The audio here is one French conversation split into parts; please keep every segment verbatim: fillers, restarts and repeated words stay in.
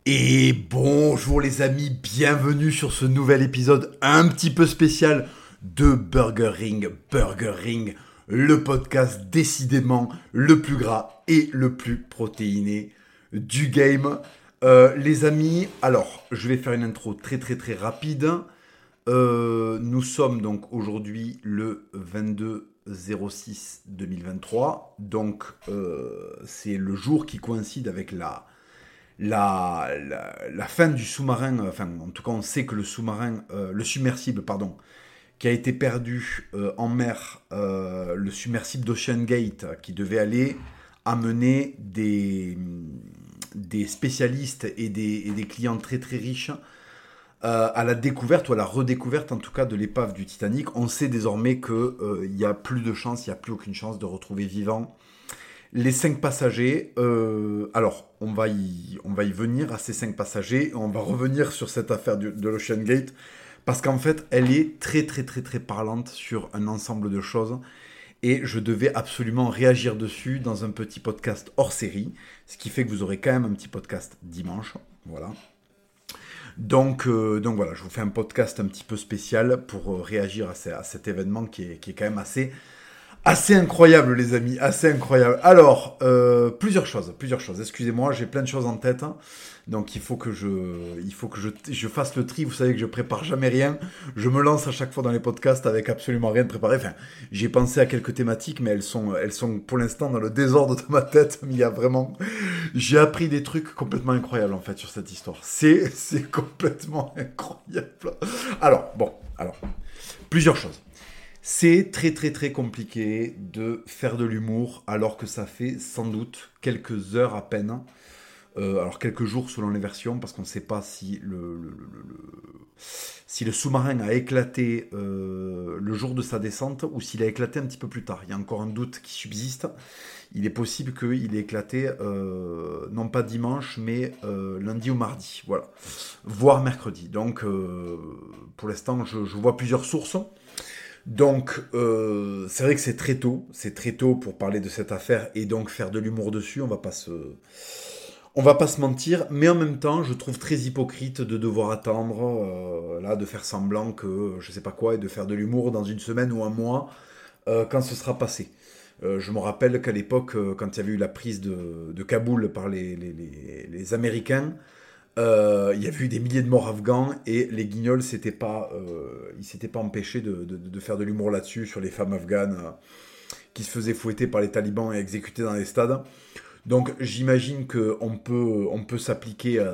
Et bonjour les amis, bienvenue sur ce nouvel épisode un petit peu spécial de Burger Ring. Burger Ring, le podcast décidément le plus gras et le plus protéiné du game. Euh, les amis, alors je vais faire une intro très très très rapide. Euh, nous sommes donc aujourd'hui le vingt-deux zéro six deux mille vingt-trois. Donc euh, c'est le jour qui coïncide avec la la, la, la fin du sous-marin, enfin en tout cas on sait que le sous-marin, euh, le submersible, pardon, qui a été perdu euh, en mer, euh, le submersible d'Ocean Gate, qui devait aller amener des, des spécialistes et des, et des clients très très riches euh, à la découverte ou à la redécouverte en tout cas de l'épave du Titanic. On sait désormais qu'il euh, n'y a plus de chance, il n'y a plus aucune chance de retrouver vivant les cinq passagers. Euh, alors, on va, y, on va y venir à ces cinq passagers. On va revenir sur cette affaire du, de l'Ocean Gate. Parce qu'en fait, elle est très très très très parlante sur un ensemble de choses. Et je devais absolument réagir dessus dans un petit podcast hors série. Ce qui fait que vous aurez quand même un petit podcast dimanche. Voilà. Donc, euh, donc voilà, je vous fais un podcast un petit peu spécial pour euh, réagir à, ce, à cet événement qui est, qui est quand même assez Assez incroyable, les amis, assez incroyable. Alors, euh, plusieurs choses, plusieurs choses. Excusez-moi, j'ai plein de choses en tête, hein. Donc il faut que je, il faut que je, je fasse le tri. Vous savez que je prépare jamais rien. Je me lance à chaque fois dans les podcasts avec absolument rien de préparé. Enfin, j'ai pensé à quelques thématiques, mais elles sont, elles sont pour l'instant dans le désordre de ma tête. Mais il y a vraiment, j'ai appris des trucs complètement incroyables en fait sur cette histoire. C'est, c'est complètement incroyable. Alors, bon, alors, plusieurs choses. C'est très très très compliqué de faire de l'humour alors que ça fait sans doute quelques heures à peine, euh, alors quelques jours selon les versions, parce qu'on ne sait pas si le, le, le- le- si le sous-marin a éclaté euh, le jour de sa descente ou s'il a éclaté un petit peu plus tard. Il y a encore un doute qui subsiste. Il est possible qu'il ait éclaté euh, non pas dimanche mais euh, lundi ou mardi, voilà, voire mercredi. Donc euh, pour l'instant je, je vois plusieurs sources. Donc, euh, c'est vrai que c'est très tôt, c'est très tôt pour parler de cette affaire et donc faire de l'humour dessus. On va pas se, on va pas se mentir, mais en même temps, je trouve très hypocrite de devoir attendre, euh, là, de faire semblant que je sais pas quoi et de faire de l'humour dans une semaine ou un mois euh, quand ce sera passé. Euh, je me rappelle qu'à l'époque, euh, quand il y avait eu la prise de, de Kaboul par les, les, les, les Américains, euh, il y avait eu des milliers de morts afghans et les guignols s'étaient pas, euh, ils s'étaient pas empêchés de, de, de faire de l'humour là-dessus sur les femmes afghanes euh, qui se faisaient fouetter par les talibans et exécuter dans les stades. Donc j'imagine qu'on peut, on peut s'appliquer à,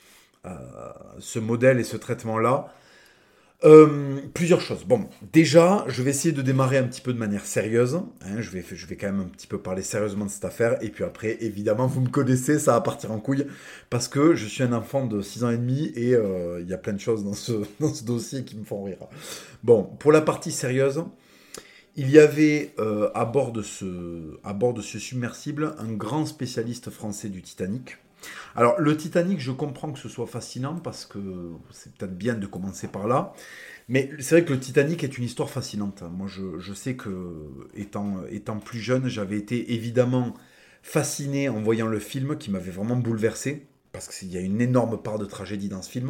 à ce modèle et ce traitement-là. Euh, plusieurs choses. Bon, déjà, je vais essayer de démarrer un petit peu de manière sérieuse. Hein, je, vais, je vais quand même un petit peu parler sérieusement de cette affaire. Et puis après, évidemment, vous me connaissez, ça va partir en couille. Parce que je suis un enfant de six ans et demi et euh, il y a plein de choses dans ce, dans ce dossier qui me font rire. Bon, pour la partie sérieuse, il y avait euh, à, bord de ce, à bord de ce submersible un grand spécialiste français du Titanic. Alors, le Titanic, je comprends que ce soit fascinant parce que c'est peut-être bien de commencer par là. Mais c'est vrai que le Titanic est une histoire fascinante. Moi, je, je sais que, étant, étant plus jeune, j'avais été évidemment fasciné en voyant le film qui m'avait vraiment bouleversé. Parce qu'il y a une énorme part de tragédie dans ce film.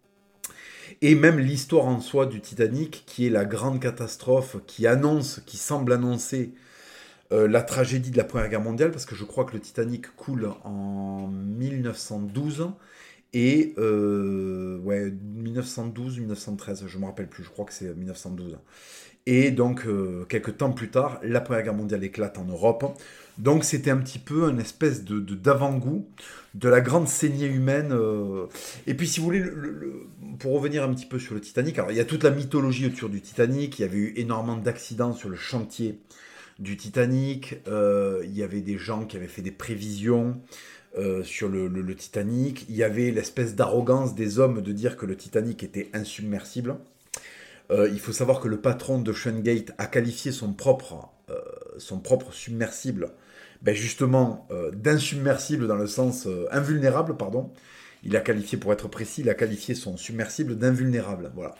Et même l'histoire en soi du Titanic, qui est la grande catastrophe qui annonce, qui semble annoncer euh, la tragédie de la Première Guerre mondiale, parce que je crois que le Titanic coule en mille neuf cent douze, et euh, ouais, mille neuf cent douze, mille neuf cent treize, je me rappelle plus, je crois que c'est mille neuf cent douze. Et donc, euh, quelques temps plus tard, la Première Guerre mondiale éclate en Europe. Donc, c'était un petit peu une espèce de, de- d'avant-goût de la grande saignée humaine. euh. Et puis, si vous voulez, le- le- le- pour revenir un petit peu sur le Titanic, alors il y a toute la mythologie autour du Titanic. Il y avait eu énormément d'accidents sur le chantier du Titanic. Euh, il y avait des gens qui avaient fait des prévisions euh, sur le, le- le Titanic. Il y avait l'espèce d'arrogance des hommes de dire que le Titanic était insubmersible. Euh, il faut savoir que le patron de Gate a qualifié son propre, euh, son propre submersible, ben justement euh, d'insubmersible dans le sens euh, invulnérable, pardon. Il a qualifié, pour être précis, il a qualifié son submersible d'invulnérable. Voilà.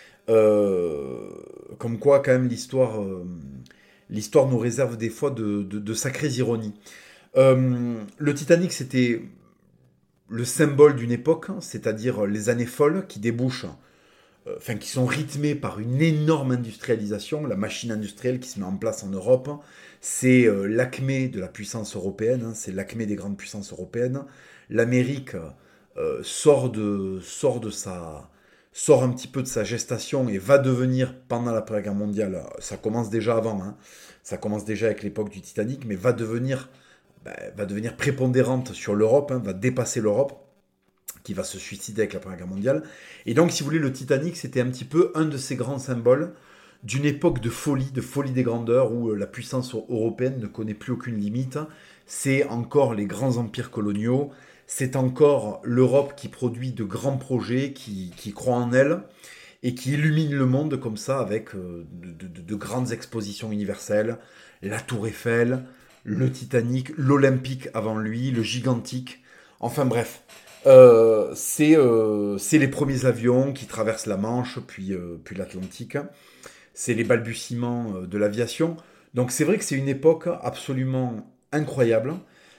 Euh, comme quoi, quand même, l'histoire, euh, l'histoire nous réserve des fois de, de, de sacrées ironies. Euh, le Titanic, c'était le symbole d'une époque, c'est-à-dire les années folles qui débouchent, euh, enfin qui sont rythmées par une énorme industrialisation, la machine industrielle qui se met en place en Europe. C'est euh, l'acmé de la puissance européenne, hein, c'est l'acmé des grandes puissances européennes. L'Amérique euh, sort de sort de sa sort un petit peu de sa gestation et va devenir, pendant la Première Guerre mondiale, ça commence déjà avant, hein, ça commence déjà avec l'époque du Titanic, mais va devenir, ben, va devenir prépondérante sur l'Europe, hein, va dépasser l'Europe, qui va se suicider avec la Première Guerre mondiale. Et donc, si vous voulez, le Titanic, c'était un petit peu un de ces grands symboles d'une époque de folie, de folie des grandeurs, où la puissance européenne ne connaît plus aucune limite. C'est encore les grands empires coloniaux, c'est encore l'Europe qui produit de grands projets, qui, qui croit en elle, et qui illumine le monde comme ça, avec euh, de, de, de grandes expositions universelles, la Tour Eiffel, le Titanic, l'Olympique avant lui, le Gigantique, enfin bref. Euh, c'est, euh, c'est les premiers avions qui traversent la Manche, puis, euh, puis l'Atlantique. C'est les balbutiements de l'aviation. Donc c'est vrai que c'est une époque absolument incroyable.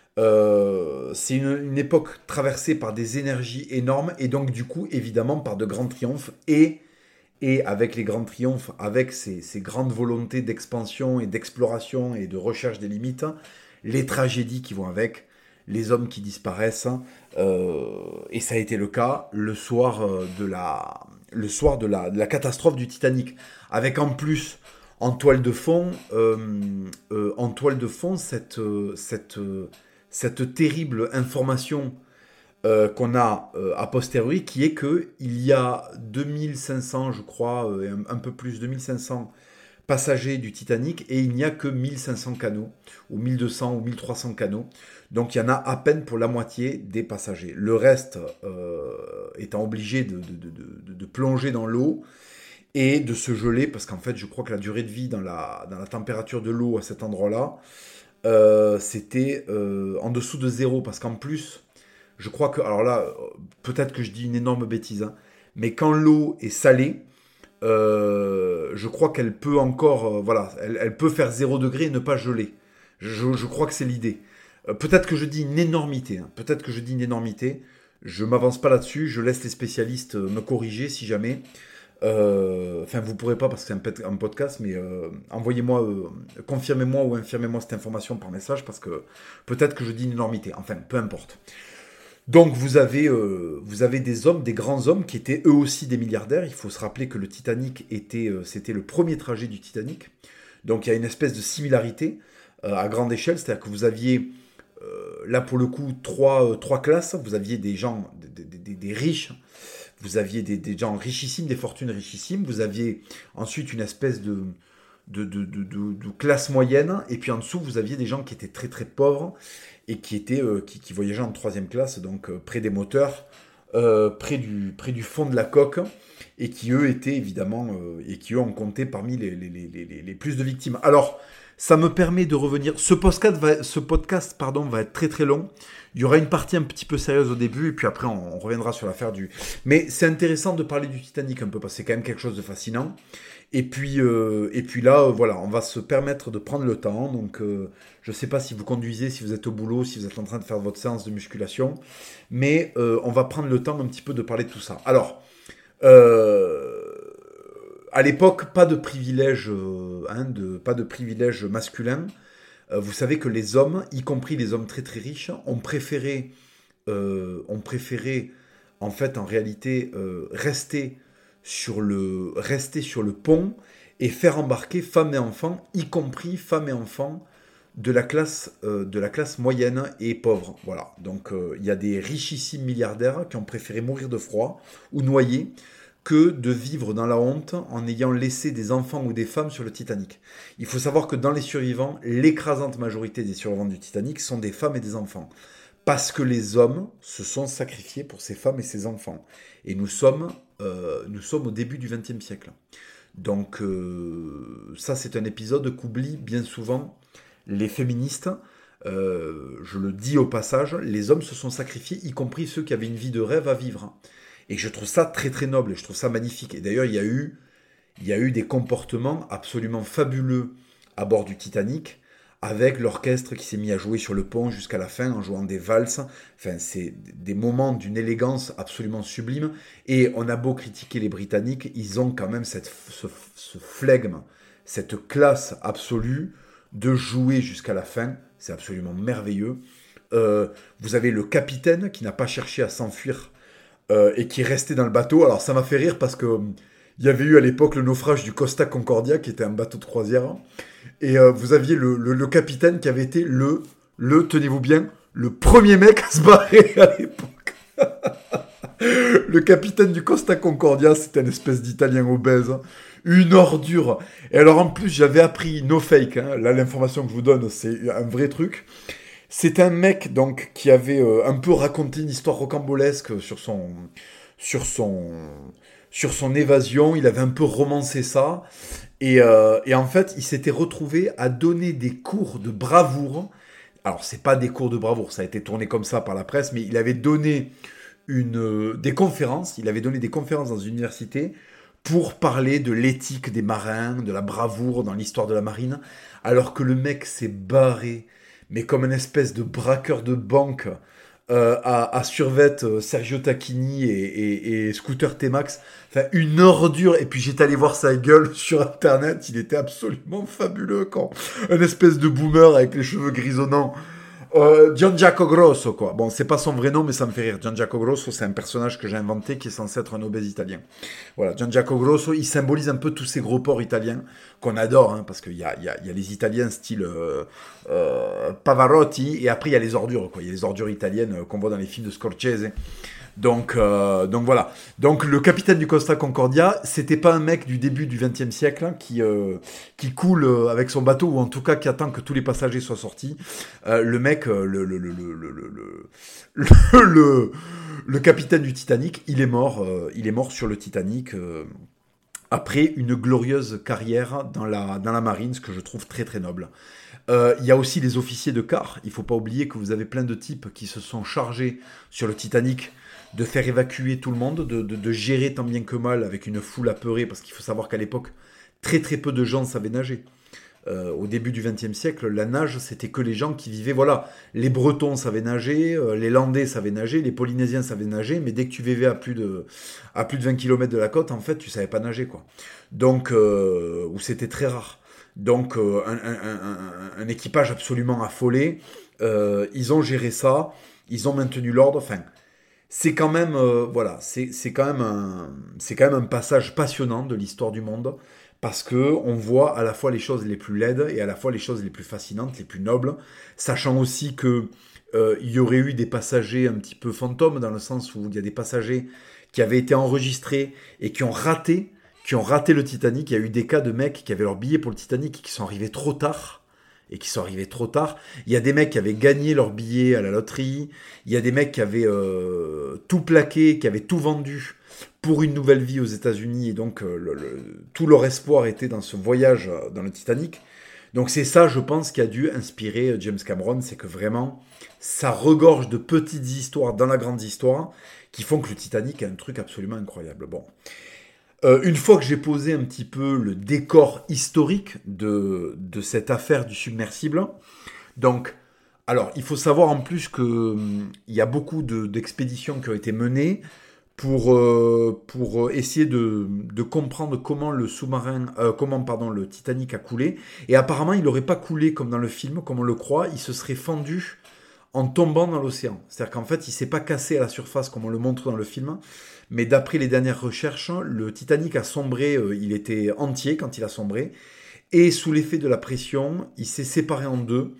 Euh, c'est une, une époque traversée par des énergies énormes et donc du coup évidemment par de grands triomphes et, et avec les grands triomphes, avec ces, ces grandes volontés d'expansion et d'exploration et de recherche des limites, les tragédies qui vont avec, les hommes qui disparaissent, euh, et ça a été le cas le soir de la, le soir de la, de la catastrophe du Titanic, avec en plus en toile de fond, euh, euh, en toile de fond cette, cette, cette terrible information euh, qu'on a euh, a posteriori, qui est que il y a deux mille cinq cents, je crois, euh, un, un peu plus, deux mille cinq cents passagers du Titanic, et il n'y a que mille cinq cents canaux, ou mille deux cents ou mille trois cents canaux. Donc il y en a à peine pour la moitié des passagers. Le reste euh, étant obligé de, de, de, de, de plonger dans l'eau et de se geler, parce qu'en fait, je crois que la durée de vie dans la, dans la température de l'eau à cet endroit-là, euh, c'était euh, en dessous de zéro, parce qu'en plus, je crois que, alors là, peut-être que je dis une énorme bêtise, hein, mais quand l'eau est salée, euh, je crois qu'elle peut encore, euh, voilà, elle, elle peut faire zéro degré et ne pas geler. Je, je crois que c'est l'idée. Euh, peut-être que je dis une énormité, hein, peut-être que je dis une énormité, je m'avance pas là-dessus, je laisse les spécialistes me corriger si jamais. Euh, enfin, vous pourrez pas parce que c'est un, pet- un podcast, mais euh, envoyez-moi, euh, confirmez-moi ou infirmez-moi cette information par message, parce que peut-être que je dis une énormité. Enfin, peu importe. Donc vous avez, euh, vous avez des hommes, des grands hommes qui étaient eux aussi des milliardaires. Il faut se rappeler que le Titanic était, euh, c'était le premier trajet du Titanic. Donc il y a une espèce de similarité euh, à grande échelle, c'est-à-dire que vous aviez euh, là pour le coup trois, euh, trois classes. Vous aviez des gens, des, des, des, des riches. Vous aviez des, des gens richissimes, des fortunes richissimes. Vous aviez ensuite une espèce de, de, de, de, de, de classe moyenne. Et puis en dessous, vous aviez des gens qui étaient très très pauvres et qui, étaient, euh, qui, qui voyageaient en troisième classe, donc euh, près des moteurs, euh, près, du, près du fond de la coque, et qui eux étaient évidemment, euh, et qui eux ont compté parmi les, les, les, les, les plus de victimes. Alors, ça me permet de revenir. Ce podcast, va, ce podcast pardon, va être très très long. Il y aura une partie un petit peu sérieuse au début, et puis après on, on reviendra sur l'affaire du... Mais c'est intéressant de parler du Titanic un peu, parce que c'est quand même quelque chose de fascinant. Et puis, euh, et puis là, euh, voilà, on va se permettre de prendre le temps. Donc, euh, je ne sais pas si vous conduisez, si vous êtes au boulot, si vous êtes en train de faire votre séance de musculation, mais euh, on va prendre le temps un petit peu de parler de tout ça. Alors, euh, à l'époque, pas de privilège, euh, hein, de, pas de privilège masculin. Euh, vous savez que les hommes, y compris les hommes très très riches, ont préféré, euh, ont préféré en fait, en réalité, euh, rester sur le, rester sur le pont et faire embarquer femmes et enfants, y compris femmes et enfants de la classe, euh, de la classe moyenne et pauvre. Voilà. Donc euh, il y a des richissimes milliardaires qui ont préféré mourir de froid ou noyés que de vivre dans la honte en ayant laissé des enfants ou des femmes sur le Titanic. Il faut savoir que dans les survivants, l'écrasante majorité des survivants du Titanic sont des femmes et des enfants. Parce que les hommes se sont sacrifiés pour ces femmes et ces enfants. Et nous sommes, euh, nous sommes au début du vingtième siècle. Donc euh, ça, c'est un épisode qu'oublient bien souvent les féministes. Euh, je le dis au passage, les hommes se sont sacrifiés, y compris ceux qui avaient une vie de rêve à vivre. Et je trouve ça très très noble, et je trouve ça magnifique. Et d'ailleurs, il y a eu, il y a eu des comportements absolument fabuleux à bord du Titanic, avec l'orchestre qui s'est mis à jouer sur le pont jusqu'à la fin en jouant des valses. Enfin, c'est des moments d'une élégance absolument sublime. Et on a beau critiquer les Britanniques, ils ont quand même cette, ce, ce flegme, cette classe absolue de jouer jusqu'à la fin. C'est absolument merveilleux. Euh, vous avez le capitaine qui n'a pas cherché à s'enfuir euh, et qui est resté dans le bateau. Alors ça m'a fait rire parce que euh, il y avait eu à l'époque le naufrage du Costa Concordia qui était un bateau de croisière. Et euh, vous aviez le, le, le capitaine qui avait été le, le, tenez-vous bien, le premier mec à se barrer à l'époque. Le capitaine du Costa Concordia, c'était une espèce d'italien obèse. Une ordure. Et alors en plus, j'avais appris, no fake, hein, là l'information que je vous donne, c'est un vrai truc. C'est un mec donc qui avait euh, un peu raconté une histoire rocambolesque sur son, sur son, sur son évasion. Il avait un peu romancé ça. Et, euh, et en fait, il s'était retrouvé à donner des cours de bravoure. Alors, c'est pas des cours de bravoure, ça a été tourné comme ça par la presse, mais il avait donné une, euh, des conférences. Il avait donné des conférences dans une université pour parler de l'éthique des marins, de la bravoure dans l'histoire de la marine, alors que le mec s'est barré, mais comme une espèce de braqueur de banque euh, à, à survêt euh, Sergio Tacchini et, et, et Scooter T-Max. Enfin, une ordure. Et puis j'étais allé voir sa gueule sur Internet, il était absolument fabuleux, quand un espèce de boomer avec les cheveux grisonnants. Euh, Giangiaco Grosso, quoi. Bon, c'est pas son vrai nom, mais ça me fait rire. Giangiaco Grosso, c'est un personnage que j'ai inventé qui est censé être un obèse italien. Voilà, Giangiaco Grosso, il symbolise un peu tous ces gros porcs italiens qu'on adore, hein, parce qu'il y a, il y, a, il y a les Italiens style euh, euh, Pavarotti, et après il y a les ordures, quoi. Il y a les ordures italiennes euh, qu'on voit dans les films de Scorsese. Donc, euh, donc voilà. Donc le capitaine du Costa Concordia, c'était pas un mec du début du vingtième siècle hein, qui euh, qui coule euh, avec son bateau, ou en tout cas qui attend que tous les passagers soient sortis. Euh, le mec, euh, le, le, le, le, le, le, le, le, le capitaine du Titanic, il est mort. Euh, il est mort sur le Titanic euh, après une glorieuse carrière dans la dans la marine, ce que je trouve très très noble. Euh, il y a aussi les officiers de quart. Il faut pas oublier que vous avez plein de types qui se sont chargés sur le Titanic de faire évacuer tout le monde, de, de, de gérer tant bien que mal avec une foule apeurée, parce qu'il faut savoir qu'à l'époque, très très peu de gens savaient nager. Euh, au début du vingtième siècle, la nage, c'était que les gens qui vivaient, voilà, les Bretons savaient nager, euh, les Landais savaient nager, les Polynésiens savaient nager, mais dès que tu vivais à plus de, à plus de vingt kilomètres de la côte, en fait, tu savais pas nager, quoi. Donc, euh, ou c'était très rare. Donc, euh, un, un, un, un équipage absolument affolé, euh, ils ont géré ça, ils ont maintenu l'ordre, enfin... C'est quand même, euh, voilà, c'est, c'est quand même un, c'est quand même un passage passionnant de l'histoire du monde, parce que on voit à la fois les choses les plus laides et à la fois les choses les plus fascinantes, les plus nobles, sachant aussi que euh, il y aurait eu des passagers un petit peu fantômes, dans le sens où il y a des passagers qui avaient été enregistrés et qui ont raté, qui ont raté le Titanic. Il y a eu des cas de mecs qui avaient leur billet pour le Titanic et qui sont arrivés trop tard. et qui sont arrivés trop tard. Il y a des mecs qui avaient gagné leur billet à la loterie. Il y a des mecs qui avaient euh, tout plaqué, qui avaient tout vendu pour une nouvelle vie aux États-Unis. Et donc, euh, le, le, tout leur espoir était dans ce voyage dans le Titanic. Donc, c'est ça, je pense, qui a dû inspirer James Cameron. C'est que vraiment, ça regorge de petites histoires dans la grande histoire qui font que le Titanic est un truc absolument incroyable. Bon. Euh, une fois que j'ai posé un petit peu le décor historique de, de cette affaire du submersible, donc, alors, il faut savoir en plus qu'il hum, y a beaucoup de, d'expéditions qui ont été menées pour, euh, pour essayer de, de comprendre comment le sous-marin, euh, comment, pardon, le Titanic a coulé. Et apparemment, il n'aurait pas coulé comme dans le film, comme on le croit, il se serait fendu en tombant dans l'océan. C'est-à-dire qu'en fait, il ne s'est pas cassé à la surface comme on le montre dans le film, mais d'après les dernières recherches, le Titanic a sombré, euh, il était entier quand il a sombré, et sous l'effet de la pression, il s'est séparé en deux,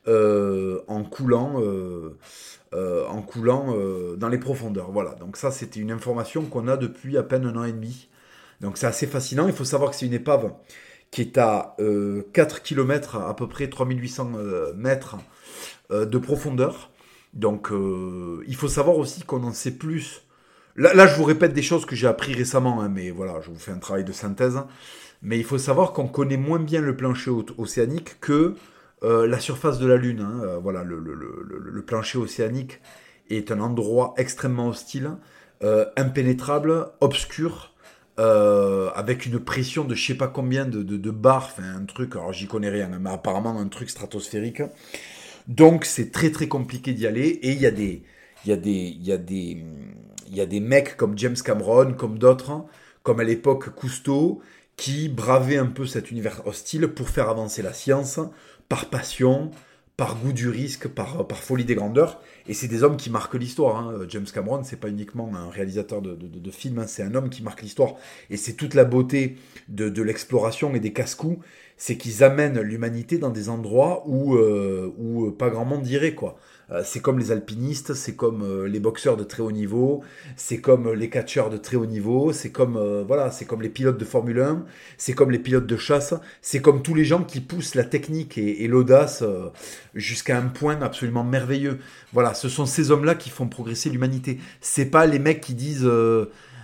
euh, en coulant, euh, euh, en coulant euh, dans les profondeurs. Voilà, donc ça c'était une information qu'on a depuis à peine un an et demi. Donc c'est assez fascinant, il faut savoir que c'est une épave qui est à euh, quatre kilomètres, à peu près trois mille huit cents euh, mètres euh, de profondeur. Donc euh, il faut savoir aussi qu'on en sait plus. Là, là, je vous répète des choses que j'ai appris récemment, hein, mais voilà, je vous fais un travail de synthèse. Mais il faut savoir qu'on connaît moins bien le plancher océanique que euh, la surface de la Lune. Hein. Euh, voilà, le, le, le, le plancher océanique est un endroit extrêmement hostile, euh, impénétrable, obscur, euh, avec une pression de je sais pas combien de, de, de bars, enfin un truc, alors j'y connais rien, mais apparemment un truc stratosphérique. Donc c'est très très compliqué d'y aller, et il y a des, il y a des, il y a des, il y a des mecs comme James Cameron, comme d'autres, comme à l'époque Cousteau, qui bravaient un peu cet univers hostile pour faire avancer la science, par passion, par goût du risque, par, par folie des grandeurs. Et c'est des hommes qui marquent l'histoire. Hein. James Cameron, c'est pas uniquement un réalisateur de, de, de, de films, hein, c'est un homme qui marque l'histoire. Et c'est toute la beauté de, de l'exploration et des casse-coups, c'est qu'ils amènent l'humanité dans des endroits où, euh, où pas grand monde irait, quoi. Euh, c'est comme les alpinistes, c'est comme euh, les boxeurs de très haut niveau, c'est comme euh, les catcheurs de très haut niveau, c'est comme, euh, voilà, c'est comme les pilotes de Formule un, c'est comme les pilotes de chasse, c'est comme tous les gens qui poussent la technique et, et l'audace euh, jusqu'à un point absolument merveilleux. Voilà, ce sont ces hommes-là qui font progresser l'humanité. C'est pas les mecs qui disent... Euh,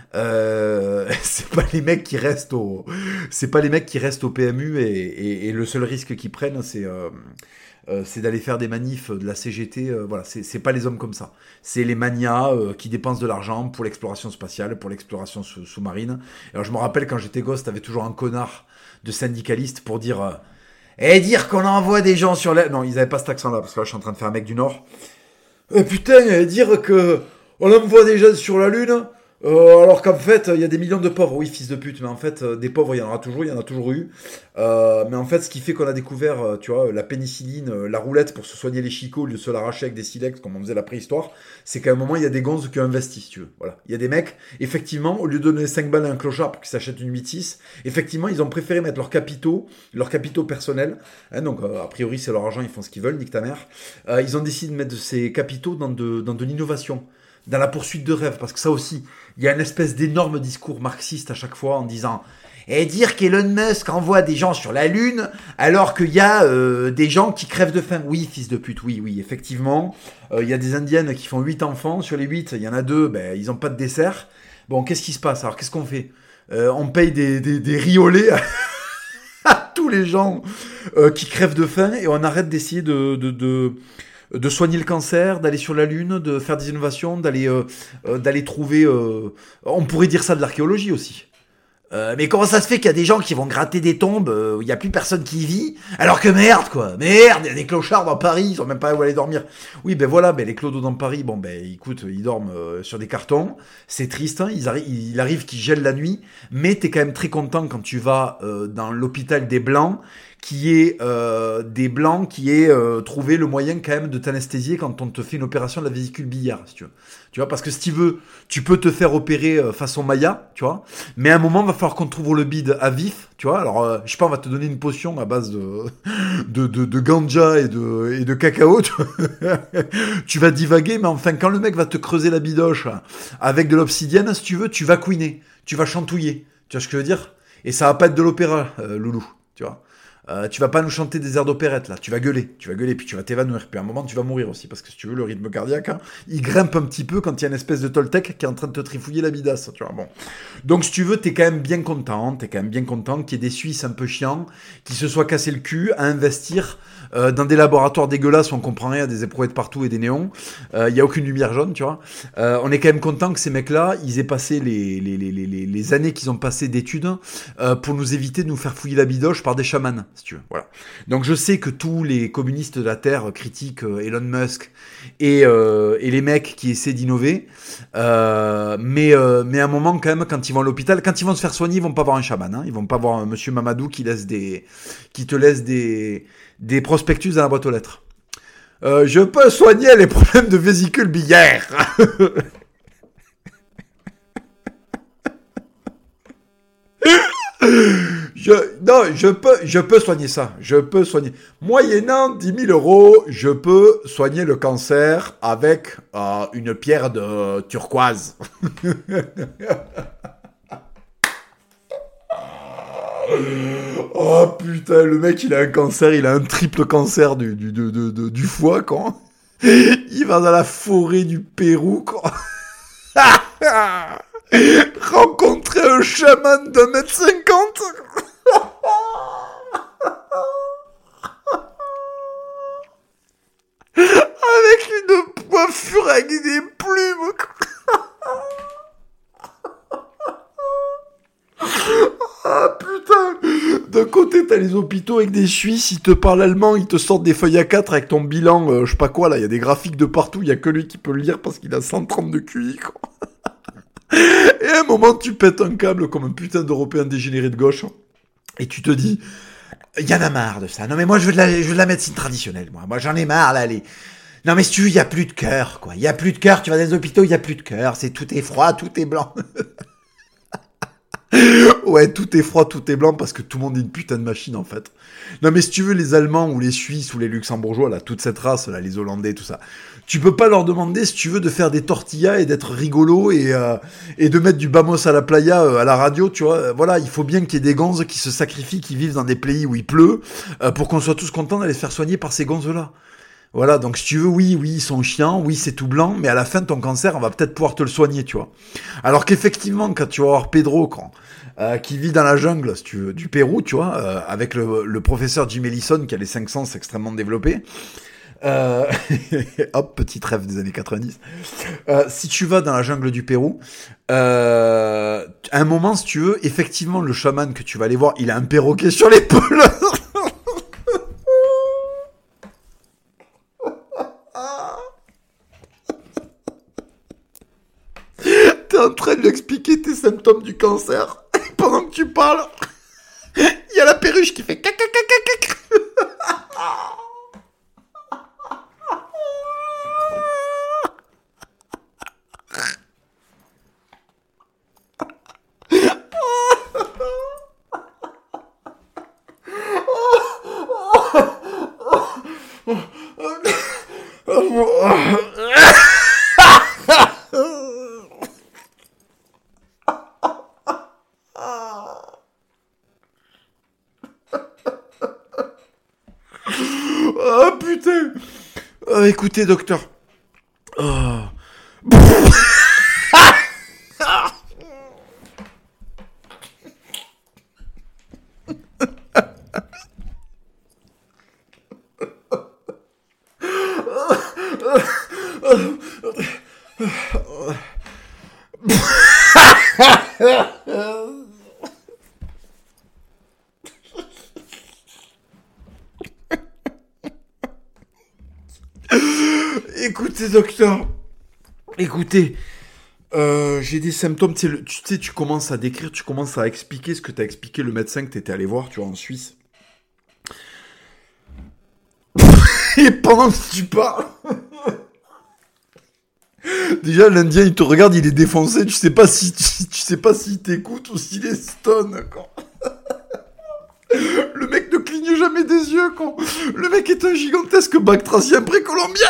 euh, c'est pas les mecs qui restent au, c'est pas les mecs qui restent au P M U et, et, et le seul risque qu'ils prennent, c'est, euh, euh, c'est d'aller faire des manifs de la C G T. Euh, voilà, c'est, c'est pas les hommes comme ça. C'est les manias euh, qui dépensent de l'argent pour l'exploration spatiale, pour l'exploration sous- sous-marine. Alors je me rappelle quand j'étais gosse, t'avais toujours un connard de syndicaliste pour dire, euh, et dire qu'on envoie des gens sur la, non, ils avaient pas cet accent-là parce que là je suis en train de faire un mec du Nord. Et putain, et dire que on envoie des gens sur la Lune. Euh, alors qu'en fait, il y a des millions de pauvres. Oui, fils de pute, mais en fait, euh, des pauvres, il y en aura toujours, il y en a toujours eu. Euh, mais en fait, ce qui fait qu'on a découvert, euh, tu vois, la pénicilline, euh, la roulette pour se soigner les chicots, au lieu de se l'arracher avec des silex, comme on faisait la préhistoire, c'est qu'à un moment, il y a des gonzes qui ont investi, si tu veux. Voilà. Il y a des mecs, effectivement, au lieu de donner cinq balles à un clochard pour qu'il s'achète une huit six, effectivement, ils ont préféré mettre leurs capitaux, leurs capitaux personnels. Hein, donc, euh, a priori, c'est leur argent, ils font ce qu'ils veulent, nique ta mère. Euh, ils ont décidé de mettre ces capitaux dans de, dans de l'innovation, dans la poursuite de rêves, parce que ça aussi, il y a une espèce d'énorme discours marxiste à chaque fois en disant et dire qu'Elon Musk envoie des gens sur la Lune alors qu'il y a euh, des gens qui crèvent de faim. Oui, fils de pute, oui, oui, effectivement. Euh, il y a des Indiennes qui font huit enfants. Sur les huit, il y en a deux, ben, ils n'ont pas de dessert. Bon, qu'est-ce qui se passe? Alors, qu'est-ce qu'on fait? euh, On paye des, des, des riz au lait à, à tous les gens euh, qui crèvent de faim et on arrête d'essayer de... de, de de soigner le cancer, d'aller sur la Lune, de faire des innovations, d'aller, euh, euh, d'aller trouver... Euh, on pourrait dire ça de l'archéologie aussi. Euh, mais comment ça se fait qu'il y a des gens qui vont gratter des tombes euh, où il n'y a plus personne qui y vit, alors que merde quoi, merde, il y a des clochards dans Paris, ils ont même pas où aller dormir. Oui ben voilà, ben les clodos dans Paris, bon ben écoute, ils dorment euh, sur des cartons, c'est triste, hein, ils arri- il arrive qu'ils gèlent la nuit, mais t'es quand même très content quand tu vas euh, dans l'hôpital des Blancs, qui est euh, des Blancs, qui est euh, trouvé le moyen quand même de t'anesthésier quand on te fait une opération de la vésicule biliaire, si tu veux. Tu vois, parce que si tu veux, tu peux te faire opérer euh, façon Maya, tu vois, mais à un moment, il va falloir qu'on te trouve le bide à vif, tu vois. Alors, euh, je sais pas, on va te donner une potion à base de de, de, de ganja et de, et de cacao, tu vois. Tu vas divaguer, mais enfin, quand le mec va te creuser la bidoche avec de l'obsidienne, si tu veux, tu vas couiner, tu vas chantouiller, tu vois ce que je veux dire. Et ça va pas être de l'opéra, euh, loulou, tu vois. Euh, tu vas pas nous chanter des airs d'opérette là, tu vas gueuler, tu vas gueuler, puis tu vas t'évanouir, puis à un moment tu vas mourir aussi, parce que si tu veux, le rythme cardiaque, hein, il grimpe un petit peu quand il y a une espèce de Toltec qui est en train de te trifouiller la bidasse, tu vois, bon. Donc si tu veux, t'es quand même bien content, t'es quand même bien content qu'il y ait des Suisses un peu chiants, qui se soient cassés le cul à investir euh, dans des laboratoires dégueulasses où on comprend rien, des éprouvettes partout et des néons, il euh, y a aucune lumière jaune, tu vois. Euh, on est quand même content que ces mecs-là, ils aient passé les, les, les, les, les années qu'ils ont passé d'études euh, pour nous éviter de nous faire fouiller la bidoche par des chamans, si tu veux. Voilà. Donc je sais que tous les communistes de la Terre critiquent euh, Elon Musk et, euh, et les mecs qui essaient d'innover, euh, mais, euh, mais à un moment quand même, quand ils vont à l'hôpital, quand ils vont se faire soigner, ils vont pas voir un chaman, hein, ils vont pas voir un monsieur Mamadou qui laisse des, qui te laisse des, des prospectus dans la boîte aux lettres. Euh, je peux soigner les problèmes de vésicule biliaire. Je, non, je peux, je peux soigner ça. Je peux soigner. Moyennant dix mille euros, je peux soigner le cancer avec euh, une pierre de turquoise. Oh putain, le mec il a un cancer, il a un triple cancer du, du, du, du, du, du foie, quoi. Il va dans la forêt du Pérou, quoi. Rencontrer un chaman d'un mètre cinquante. Avec une coiffure avec des plumes. D'un côté, t'as les hôpitaux avec des Suisses, ils te parlent allemand, ils te sortent des feuilles A quatre avec ton bilan, euh, je sais pas quoi, là, il y a des graphiques de partout, il y a que lui qui peut le lire parce qu'il a cent trente de Q I, quoi. Et à un moment, tu pètes un câble comme un putain d'Européen dégénéré de gauche, et tu te dis, il y en a marre de ça. Non mais moi, je veux de la, je veux de la médecine traditionnelle, moi. Moi, j'en ai marre, là, les... Non mais si tu veux, il y a plus de cœur, quoi. Il y a plus de cœur, tu vas dans les hôpitaux, il y a plus de cœur, c'est tout est froid, tout est blanc. Ouais, tout est froid, tout est blanc parce que tout le monde est une putain de machine en fait. Non mais si tu veux, les Allemands ou les Suisses ou les Luxembourgeois, là, toute cette race, là, les Hollandais, tout ça, tu peux pas leur demander si tu veux de faire des tortillas et d'être rigolo et euh, et de mettre du Bamos à la playa euh, à la radio, tu vois. Voilà, il faut bien qu'il y ait des gonzes qui se sacrifient, qui vivent dans des pays où il pleut, euh, pour qu'on soit tous contents d'aller se faire soigner par ces gonzes-là. Voilà, donc si tu veux, oui, oui, ils sont chiants, oui, c'est tout blanc, mais à la fin, ton cancer, on va peut-être pouvoir te le soigner, tu vois. Alors qu'effectivement, quand tu vas voir Pedro, quand, euh, qui vit dans la jungle, si tu veux, du Pérou, tu vois, euh, avec le, le professeur Jim Ellison, qui a les cinq sens extrêmement développés, euh, hop, petit rêve des années quatre-vingt-dix, euh, si tu vas dans la jungle du Pérou, euh, à un moment, si tu veux, effectivement, le chaman que tu vas aller voir, il a un perroquet sur l'épaule. T'es en train de lui expliquer tes symptômes du cancer. Et pendant que tu parles, il y a la perruche qui fait caca caca caca. Ah putain. Oh, écoutez, docteur. Oh. Écoutez, docteur. Écoutez. Euh, j'ai des symptômes, tu sais, le- tu sais, tu commences à décrire, tu commences à expliquer ce que t'as expliqué le médecin que t'étais allé voir, tu vois, en Suisse. Et pendant que tu parles, déjà l'Indien il te regarde, il est défoncé, tu sais pas si tu, tu sais pas s'il t'écoute ou s'il est stone, quoi. Le mec ne cligne jamais des yeux, quoi. Le mec est un gigantesque batracien précolombien.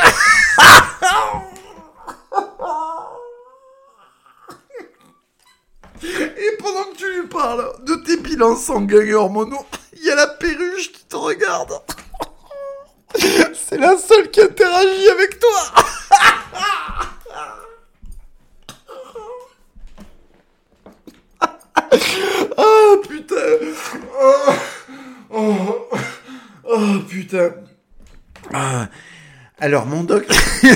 Et pendant que tu lui parles de tes bilans sanguins et hormonaux, il y a la perruche qui te regarde. C'est la seule qui interagit avec toi. Oh putain. Oh, oh, oh putain. Ah. Alors mon doc...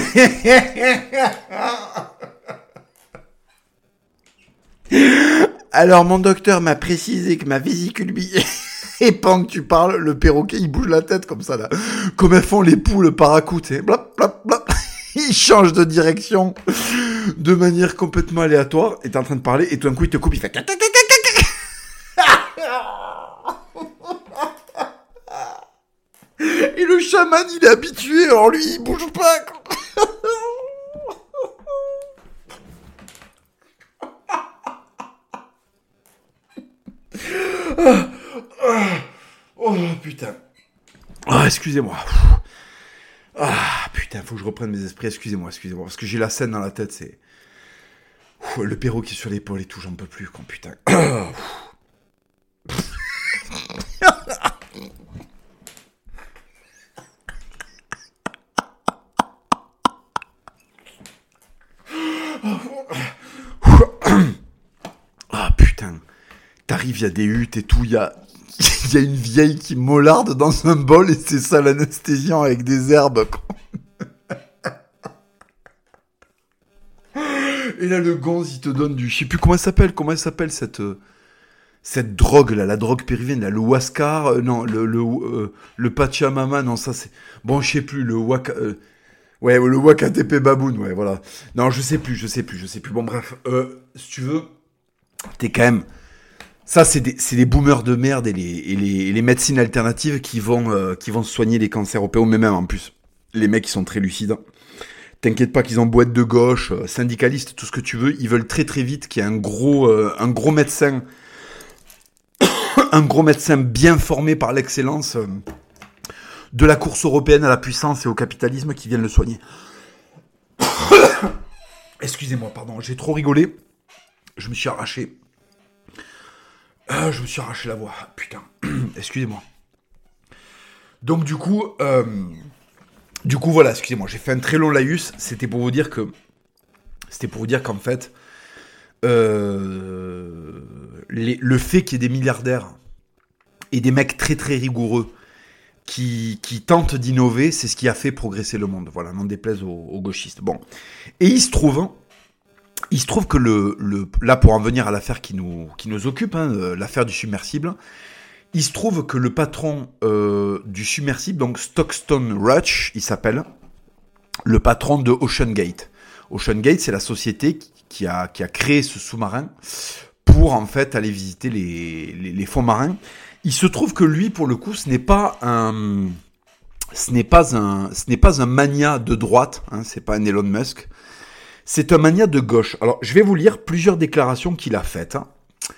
Alors mon docteur m'a précisé que ma vésicule biliaire... Et pendant que tu parles, le perroquet il bouge la tête comme ça là. Comme elles font les poules paracoutes. Tu sais. Blap, blap, blap. Il change de direction de manière complètement aléatoire. Et t'es en train de parler et tout d'un coup il te coupe, il fait... Et le chaman il est habitué, alors lui il bouge pas. Oh putain. Ah, excusez-moi. Ah putain, faut que je reprenne mes esprits, excusez-moi, excusez-moi, parce que j'ai la scène dans la tête, c'est... Le perroquet sur l'épaule et tout, j'en peux plus, quand putain. Ah putain. T'arrives, il y a des huttes et tout, il y a... Il y a une vieille qui mollarde dans un bol et c'est ça l'anesthésiant avec des herbes. Et là le gonze il te donne du... Je sais plus comment elle s'appelle, comment elle s'appelle cette... cette drogue là, la drogue péruvienne, là, le Huascar, euh, non, le le euh, le Pachamama, non ça c'est bon, je sais plus, le Waka, euh, ouais, le Wakatepe Baboon, ouais, voilà. Non, je sais plus, je sais plus, je sais plus. Bon bref, euh, si tu veux, t'es quand même, ça c'est des c'est les boomers de merde et les et les, et les médecines alternatives qui vont euh, qui vont soigner les cancers au P O, mais même en plus, les mecs ils sont très lucides. T'inquiète pas qu'ils ont beau être de gauche, euh, syndicalistes, tout ce que tu veux, ils veulent très très vite qu'il y ait un gros euh, un gros médecin un gros médecin bien formé par l'excellence euh, de la course européenne à la puissance et au capitalisme qui viennent le soigner. Excusez-moi, pardon, j'ai trop rigolé. Je me suis arraché. Euh, je me suis arraché la voix. Putain, excusez-moi. Donc du coup, euh, du coup voilà, excusez-moi, j'ai fait un très long laïus. C'était pour vous dire que, c'était pour vous dire qu'en fait, euh, les, le fait qu'il y ait des milliardaires et des mecs très très rigoureux qui, qui tentent d'innover, c'est ce qui a fait progresser le monde. Voilà, n'en déplaise aux, aux gauchistes. Bon, et il se trouve, il se trouve que le, le là pour en venir à l'affaire qui nous qui nous occupe, hein, l'affaire du submersible, il se trouve que le patron euh, du submersible, donc Stockton Rush, il s'appelle, le patron de Ocean Gate. Ocean Gate, c'est la société qui, qui a qui a créé ce sous-marin pour en fait aller visiter les les, les fonds marins. Il se trouve que lui, pour le coup, ce n'est pas un, ce n'est pas un, ce n'est pas un mania de droite, hein, c'est pas un Elon Musk, c'est un mania de gauche. Alors, je vais vous lire plusieurs déclarations qu'il a faites. Hein.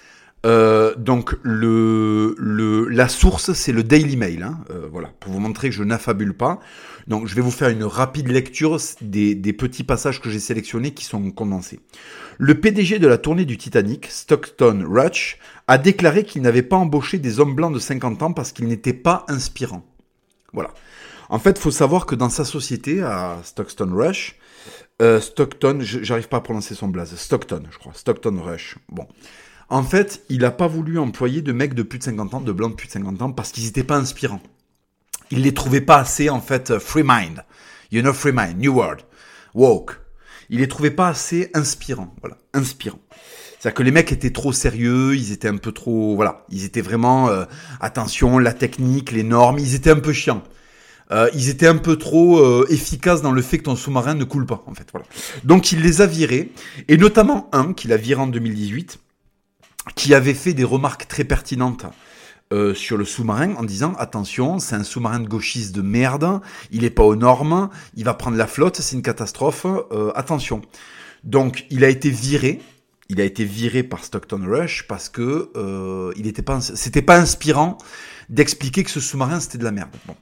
Euh, donc, le, le, la source, c'est le Daily Mail, hein, euh, voilà, pour vous montrer que je n'affabule pas. Donc, je vais vous faire une rapide lecture des, des petits passages que j'ai sélectionnés qui sont condensés. Le P D G de la tournée du Titanic, Stockton Rush, a déclaré qu'il n'avait pas embauché des hommes blancs de cinquante ans parce qu'ils n'étaient pas inspirants. Voilà. En fait, il faut savoir que dans sa société, à Stockton Rush, euh, Stockton, j'arrive pas à prononcer son blaze, Stockton, je crois, Stockton Rush, bon. En fait, il n'a pas voulu employer de mecs de plus de cinquante ans, de blancs de plus de cinquante ans, parce qu'ils n'étaient pas inspirants. Il les trouvait pas assez, en fait, free mind. You know, free mind, new world, woke. Il les trouvait pas assez inspirants, voilà, inspirants. C'est-à-dire que les mecs étaient trop sérieux, ils étaient un peu trop, voilà, ils étaient vraiment, euh, attention, la technique, les normes, ils étaient un peu chiants. Euh, ils étaient un peu trop euh, efficaces dans le fait que ton sous-marin ne coule pas, en fait, voilà. Donc il les a virés, et notamment un qu'il a viré en deux mille dix-huit, qui avait fait des remarques très pertinentes euh, sur le sous-marin en disant attention, c'est un sous-marin de gauchiste de merde, il est pas aux normes, il va prendre la flotte, c'est une catastrophe, euh, attention. Donc il a été viré, il a été viré par Stockton Rush parce que euh, il était pas, c'était pas inspirant d'expliquer que ce sous-marin c'était de la merde. Bon.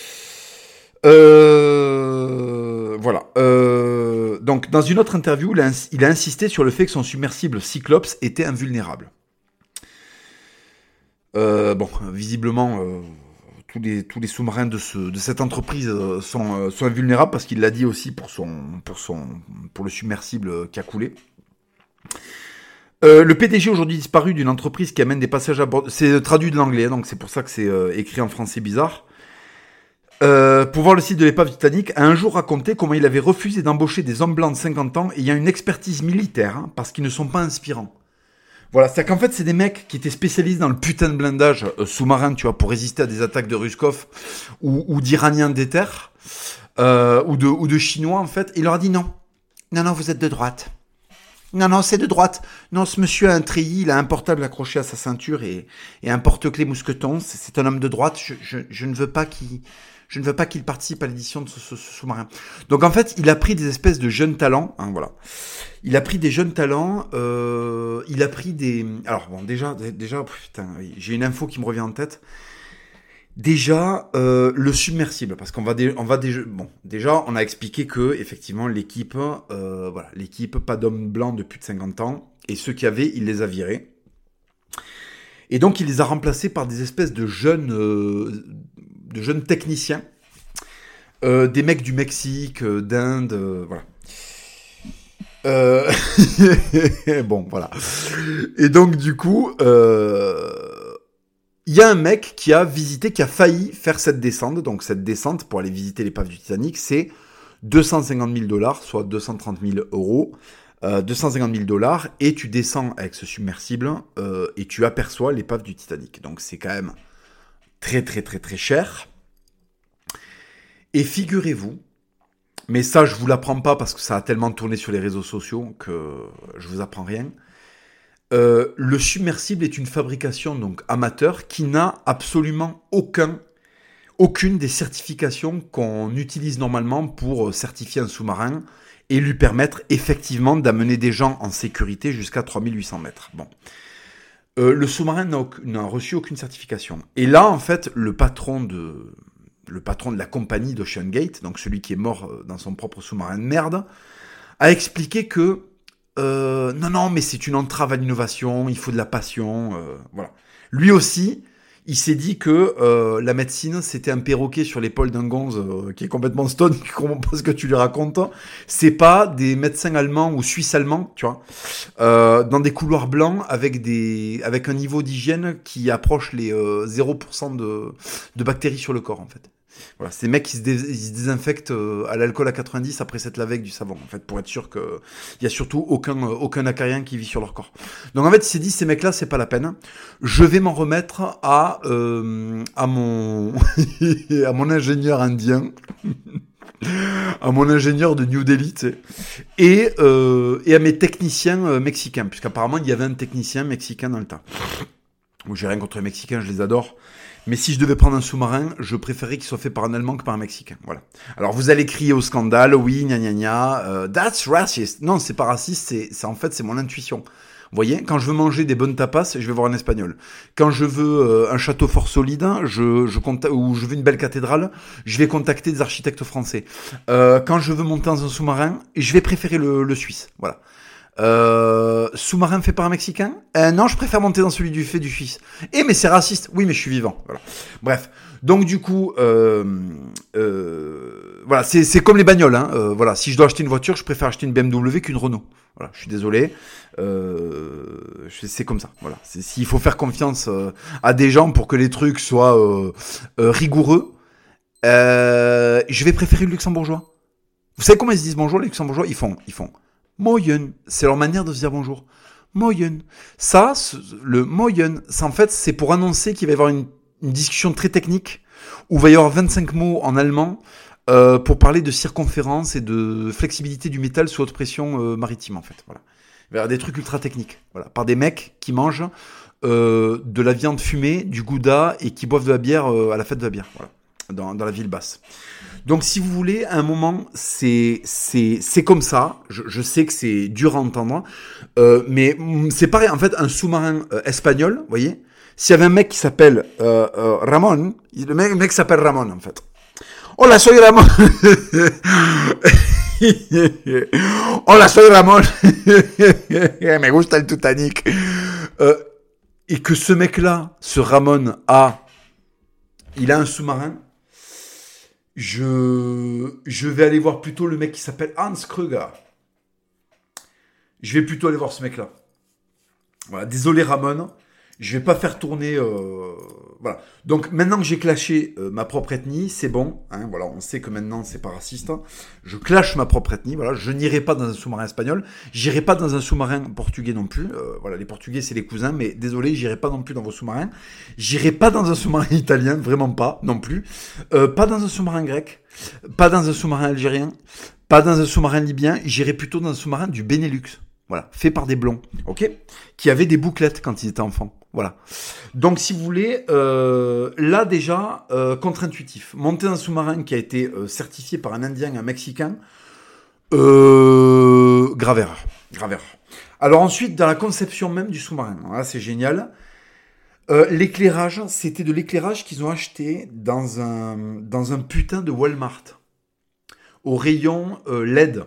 Euh, voilà. Euh, donc, dans une autre interview, il a, il a insisté sur le fait que son submersible Cyclops était invulnérable. Euh, bon, visiblement, euh, tous les tous les sous-marins de ce de cette entreprise sont euh, sont invulnérables parce qu'il l'a dit aussi pour son pour son pour le submersible qui a coulé. Euh, le P D G aujourd'hui disparu d'une entreprise qui amène des passages à bord. C'est traduit de l'anglais, donc c'est pour ça que c'est euh, écrit en français bizarre. Euh, pour voir le site de l'épave Titanic, a un jour raconté comment il avait refusé d'embaucher des hommes blancs de cinquante ans ayant une expertise militaire, hein, parce qu'ils ne sont pas inspirants. Voilà, c'est-à-dire qu'en fait, c'est des mecs qui étaient spécialisés dans le putain de blindage euh, sous-marin, tu vois, pour résister à des attaques de Ruskov ou, ou d'Iraniens d'éther, euh, ou, de, ou de Chinois, en fait. Il leur a dit non. Non, non, vous êtes de droite. Non, non, c'est de droite. Non, ce monsieur a un treillis, il a un portable accroché à sa ceinture et, et un porte-clés mousqueton. C'est, c'est un homme de droite. Je, je, je ne veux pas qu'il... Je ne veux pas qu'il participe à l'édition de ce, ce, ce sous-marin. Donc en fait, il a pris des espèces de jeunes talents. Hein, voilà. Il a pris des jeunes talents. Euh, il a pris des. Alors bon, déjà, déjà, putain, j'ai une info qui me revient en tête. Déjà, euh, le submersible, parce qu'on va, dé, on va déjà, bon, déjà, on a expliqué que effectivement l'équipe, euh, voilà, l'équipe, pas d'hommes blancs de plus de cinquante ans, et ceux qui avaient, il les a virés. Et donc, il les a remplacés par des espèces de jeunes. Euh, de jeunes techniciens, euh, des mecs du Mexique, euh, d'Inde, euh, voilà. Euh... bon, voilà. Et donc, du coup, il euh... y a un mec qui a visité, qui a failli faire cette descente. Donc, cette descente, pour aller visiter l'épave du Titanic, c'est deux cent cinquante mille dollars, soit deux cent trente mille euros. Euh, deux cent cinquante mille dollars, et tu descends avec ce submersible euh, et tu aperçois l'épave du Titanic. Donc c'est quand même très très très très cher. Et figurez-vous, mais ça je vous l'apprends pas parce que ça a tellement tourné sur les réseaux sociaux que je vous apprends rien. Euh, le submersible est une fabrication donc amateur qui n'a absolument aucun, aucune des certifications qu'on utilise normalement pour certifier un sous-marin et lui permettre effectivement d'amener des gens en sécurité jusqu'à trois mille huit cents mètres. Bon. Euh, le sous-marin n'a, aucun, n'a reçu aucune certification. Et là, en fait, le patron de, le patron de la compagnie d'Ocean Gate, donc celui qui est mort dans son propre sous-marin de merde, a expliqué que euh, non, non, mais c'est une entrave à l'innovation, il faut de la passion. Euh, voilà. Lui aussi, il s'est dit que euh, la médecine, c'était un perroquet sur l'épaule d'un gonze euh, qui est complètement stone, qui comprend pas ce que tu lui racontes. C'est pas des médecins allemands ou suisses allemands, tu vois, euh, dans des couloirs blancs avec des avec un niveau d'hygiène qui approche les euh, zéro pour cent de, de bactéries sur le corps, en fait. Voilà, ces mecs qui se, dé- ils se désinfectent euh, à l'alcool à quatre-vingt-dix après s'être lavé avec du savon, en fait, pour être sûr que il y a surtout aucun euh, aucun acarien qui vit sur leur corps. Donc en fait, il s'est dit, ces mecs-là, c'est pas la peine. Je vais m'en remettre à euh, à mon à mon ingénieur indien, à mon ingénieur de New Delhi, tu sais, et euh, et à mes techniciens euh, mexicains, puisqu'apparemment il y avait un technicien mexicain dans le tas. Bon, j'ai rien contre les Mexicains, je les adore. Mais si je devais prendre un sous-marin, je préférais qu'il soit fait par un Allemand que par un Mexicain. Voilà. Alors vous allez crier au scandale, oui, gna gna gna, euh, that's racist. Non, c'est pas raciste, c'est, c'est en fait c'est mon intuition. Vous voyez, quand je veux manger des bonnes tapas, je vais voir un Espagnol. Quand je veux euh, un château fort solide, je, je conta- ou je veux une belle cathédrale, je vais contacter des architectes français. Euh, quand je veux monter dans un sous-marin, je vais préférer le, le Suisse. Voilà. Euh, sous-marin fait par un Mexicain ? euh, Non, je préfère monter dans celui du fait du Suisse. Eh, mais c'est raciste. Oui, mais je suis vivant. Voilà. Bref. Donc du coup, euh, euh, voilà, c'est, c'est comme les bagnoles. Hein. Euh, voilà, si je dois acheter une voiture, je préfère acheter une B M W qu'une Renault. Voilà, je suis désolé. Euh, c'est comme ça. Voilà. C'est, s'il faut faire confiance euh, à des gens pour que les trucs soient euh, euh, rigoureux, euh, je vais préférer le luxembourgeois. Vous savez comment ils se disent bonjour les luxembourgeois ? Ils font, ils font. Moyen, c'est leur manière de se dire bonjour. Moyen. Ça, le moyen, ça en fait, c'est pour annoncer qu'il va y avoir une, une discussion très technique où il va y avoir vingt-cinq mots en allemand euh, pour parler de circonférence et de flexibilité du métal sous haute pression euh, maritime, en fait. Voilà. Il va y avoir des trucs ultra techniques. Voilà. Par des mecs qui mangent euh, de la viande fumée, du gouda et qui boivent de la bière euh, à la fête de la bière. Voilà. Dans, dans la ville basse. Donc, si vous voulez, à un moment, c'est c'est c'est comme ça. Je, je sais que c'est dur à entendre, euh, mais c'est pareil. En fait, un sous-marin euh, espagnol, vous voyez, s'il y avait un mec qui s'appelle euh, euh, Ramon, le mec, le mec s'appelle Ramon en fait. Hola, soy Ramon. Hola, soy Ramon. Me gusta el Titanic. Euh, et que ce mec-là, ce Ramon, a, il a un sous-marin. Je, je vais aller voir plutôt le mec qui s'appelle Hans Krüger. Je vais plutôt aller voir ce mec-là. Voilà, désolé Ramon, je vais pas faire tourner. Euh, voilà. Donc maintenant que j'ai clashé euh, ma propre ethnie, c'est bon. Hein, voilà, on sait que maintenant c'est pas raciste. Hein. Je clash ma propre ethnie. Voilà, je n'irai pas dans un sous-marin espagnol. J'irai pas dans un sous-marin portugais non plus. Euh, voilà, les Portugais c'est les cousins, mais désolé, j'irai pas non plus dans vos sous-marins. J'irai pas dans un sous-marin italien, vraiment pas non plus. Euh, pas dans un sous-marin grec. Pas dans un sous-marin algérien. Pas dans un sous-marin libyen. J'irai plutôt dans un sous-marin du Benelux. Voilà, fait par des blonds, ok, qui avaient des bouclettes quand ils étaient enfants. Voilà. Donc, si vous voulez, euh, là déjà, euh, contre-intuitif. Monter un sous-marin qui a été euh, certifié par un Indien et un Mexicain, euh, grave erreur. Grave erreur. Alors ensuite, dans la conception même du sous-marin, là, c'est génial. Euh, l'éclairage, c'était de l'éclairage qu'ils ont acheté dans un, dans un putain de Walmart, au rayon euh, L E D.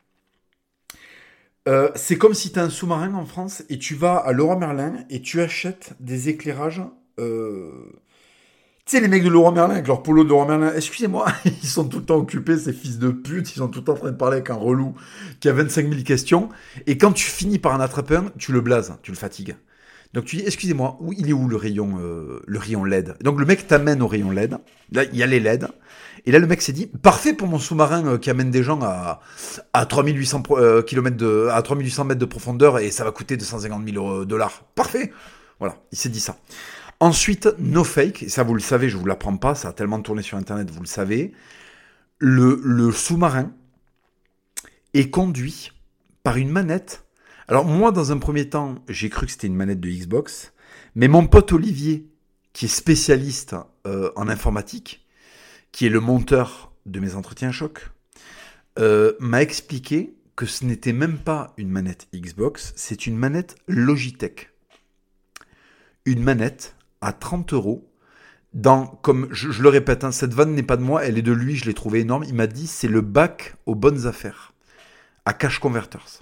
Euh, c'est comme si tu as un sous-marin en France et tu vas à Leroy Merlin et tu achètes des éclairages. Euh... Tu sais, les mecs de Leroy Merlin avec leur polo de Leroy Merlin, excusez-moi, ils sont tout le temps occupés, ces fils de pute, ils sont tout le temps en train de parler avec un relou qui a vingt-cinq mille questions. Et quand tu finis par en attraper un, tu le blases, tu le fatigues. Donc tu dis, excusez-moi, où il est où le rayon, euh, le rayon L E D? Donc le mec t'amène au rayon L E D. Là, il y a les L E D. Et là, le mec s'est dit, parfait pour mon sous-marin euh, qui amène des gens à, à trois mille huit cents euh, kilomètres de, à trois mille huit cents mètres de profondeur et ça va coûter deux cent cinquante mille dollars. Parfait. Voilà, il s'est dit ça. Ensuite, no fake, et ça vous le savez, je vous l'apprends pas, ça a tellement tourné sur Internet, vous le savez. Le, le sous-marin est conduit par une manette. Alors moi, dans un premier temps, j'ai cru que c'était une manette de Xbox, mais mon pote Olivier, qui est spécialiste euh, en informatique, qui est le monteur de mes entretiens choc, euh, m'a expliqué que ce n'était même pas une manette Xbox, c'est une manette Logitech. Une manette à trente euros. Dans, comme je, je le répète, hein, cette vanne n'est pas de moi, elle est de lui, je l'ai trouvé énorme. Il m'a dit, c'est le bac aux bonnes affaires, à Cash Converters.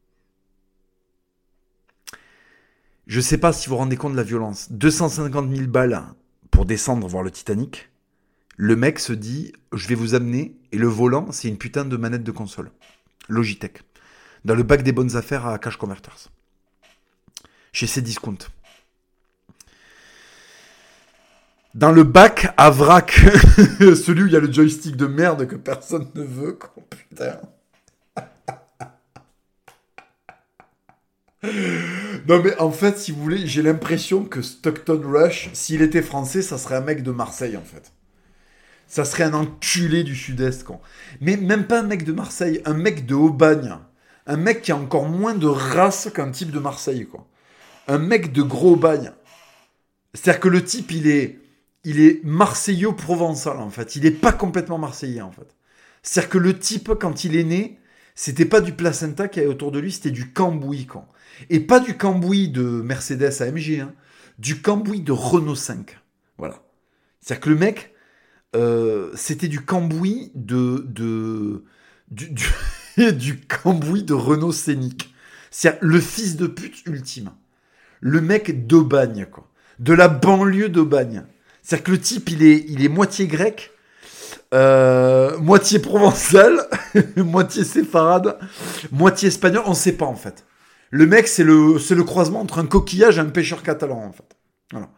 Je ne sais pas si vous vous rendez compte de la violence. deux cent cinquante mille balles pour descendre voir le Titanic. Le mec se dit, je vais vous amener, et le volant, c'est une putain de manette de console. Logitech. Dans le bac des bonnes affaires à Cash Converters. Chez Cdiscount. Dans le bac à vrac, celui où il y a le joystick de merde que personne ne veut, quoi, putain. Non mais en fait, si vous voulez, j'ai l'impression que Stockton Rush, s'il était français, ça serait un mec de Marseille, en fait. Ça serait un enculé du sud-est, quoi. Mais même pas un mec de Marseille, un mec de Aubagne. Un mec qui a encore moins de race qu'un type de Marseille, quoi. Un mec de gros Aubagne. C'est-à-dire que le type, il est... Il est marseillais-provençal, en fait. Il n'est pas complètement marseillais, en fait. C'est-à-dire que le type, quand il est né, c'était pas du placenta qu'il y avait autour de lui, c'était du cambouis, quoi. Et pas du cambouis de Mercedes A M G, hein. Du cambouis de Renault cinq. Voilà. C'est-à-dire que le mec, euh, c'était du cambouis de... de du, du, du cambouis de Renault Scénic. C'est-à-dire le fils de pute ultime. Le mec d'Aubagne, quoi. De la banlieue d'Aubagne. C'est-à-dire que le type, il est, il est moitié grec, euh, moitié provençal, moitié séfarade, moitié espagnol, on ne sait pas en fait. Le mec, c'est le, c'est le croisement entre un coquillage et un pêcheur catalan en fait. Voilà.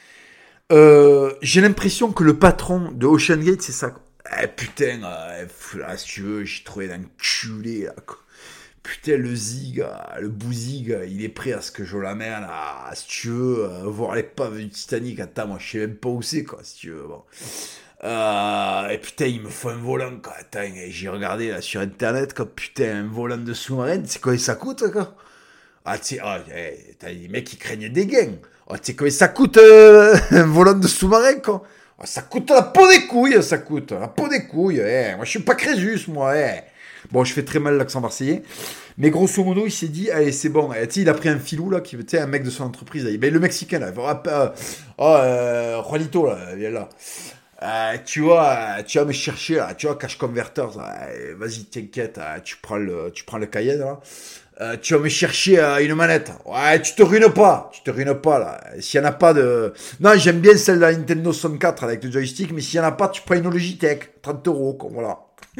Euh, j'ai l'impression que le patron de Ocean Gate, c'est ça. Eh, putain, euh, là, si tu veux, j'ai trouvé d'un culé là, quoi. Putain, le zig, le bouzig, il est prêt à ce que je l'amène, là, si tu veux, euh, voir l'épave du Titanic. Attends, moi, je sais même pas où c'est, quoi, si tu veux. Bon. Euh, et putain, il me faut un volant, quoi. Attends, j'ai regardé, là, sur Internet, quoi. Putain, un volant de sous-marin, c'est quoi ça coûte, quoi. Ah, tu sais, oh, hey, t'as des mecs qui craignent des gains. Oh, tu sais quoi ça coûte, euh, un volant de sous-marin, quoi. Oh, ça coûte la peau des couilles, ça coûte. La peau des couilles, eh. Moi, je suis pas Crésus, moi, eh. Bon, je fais très mal l'accent marseillais. Mais grosso modo, il s'est dit, allez, c'est bon. Tu sais, il a pris un filou, là, qui, tu sais, un mec de son entreprise. Là. Ben, le Mexicain, là. Oh, euh, Juanito, là, viens là. Euh, tu vois, tu vas me chercher, là. Tu vois, Cash Converters. Là. Vas-y, t'inquiète. Là. Tu prends le, tu prends le Cayenne, là. Euh, tu vas me chercher euh, une manette. Ouais, tu te ruines pas. Tu te ruines pas, là. S'il y en a pas de... Non, j'aime bien celle de la Nintendo soixante-quatre avec le joystick, mais s'il y en a pas, tu prends une Logitech. trente euros, quoi. Voilà.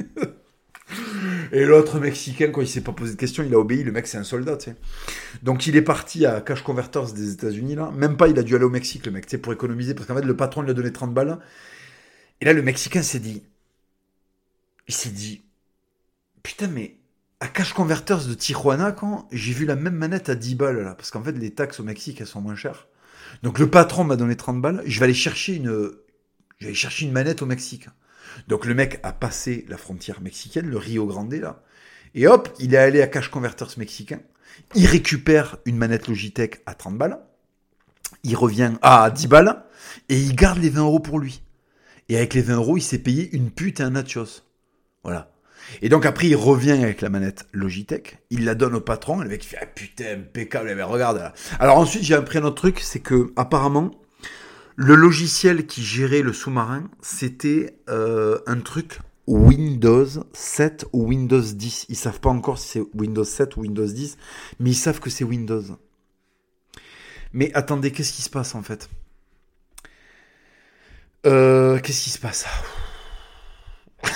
Et l'autre Mexicain, quand il s'est pas posé de questions, il a obéi. Le mec, c'est un soldat, tu sais. Donc, il est parti à Cash Converters des États-Unis, là. Même pas, il a dû aller au Mexique, le mec, tu sais, pour économiser. Parce qu'en fait, le patron lui a donné trente balles. Et là, le Mexicain s'est dit... Il s'est dit... Putain, mais... À Cash Converters de Tijuana, quand j'ai vu la même manette à dix balles, là. Parce qu'en fait, les taxes au Mexique, elles sont moins chères. Donc, le patron m'a donné trente balles. Je vais aller chercher une... Je vais aller chercher une manette au Mexique. Donc le mec a passé la frontière mexicaine, le Rio Grande là, et hop, il est allé à Cash Converters mexicain, il récupère une manette Logitech à trente balles, il revient à dix balles, et il garde les vingt euros pour lui. Et avec les vingt euros, il s'est payé une pute et un nachos. Voilà. Et donc après, il revient avec la manette Logitech, il la donne au patron, et le mec il fait ah, putain, impeccable, mais regarde là. Alors ensuite, j'ai appris un autre truc, c'est que apparemment, le logiciel qui gérait le sous-marin, c'était euh, un truc Windows sept ou Windows dix. Ils savent pas encore si c'est Windows sept ou Windows dix, mais ils savent que c'est Windows. Mais attendez, qu'est-ce qui se passe en fait euh, Qu'est-ce qui se passe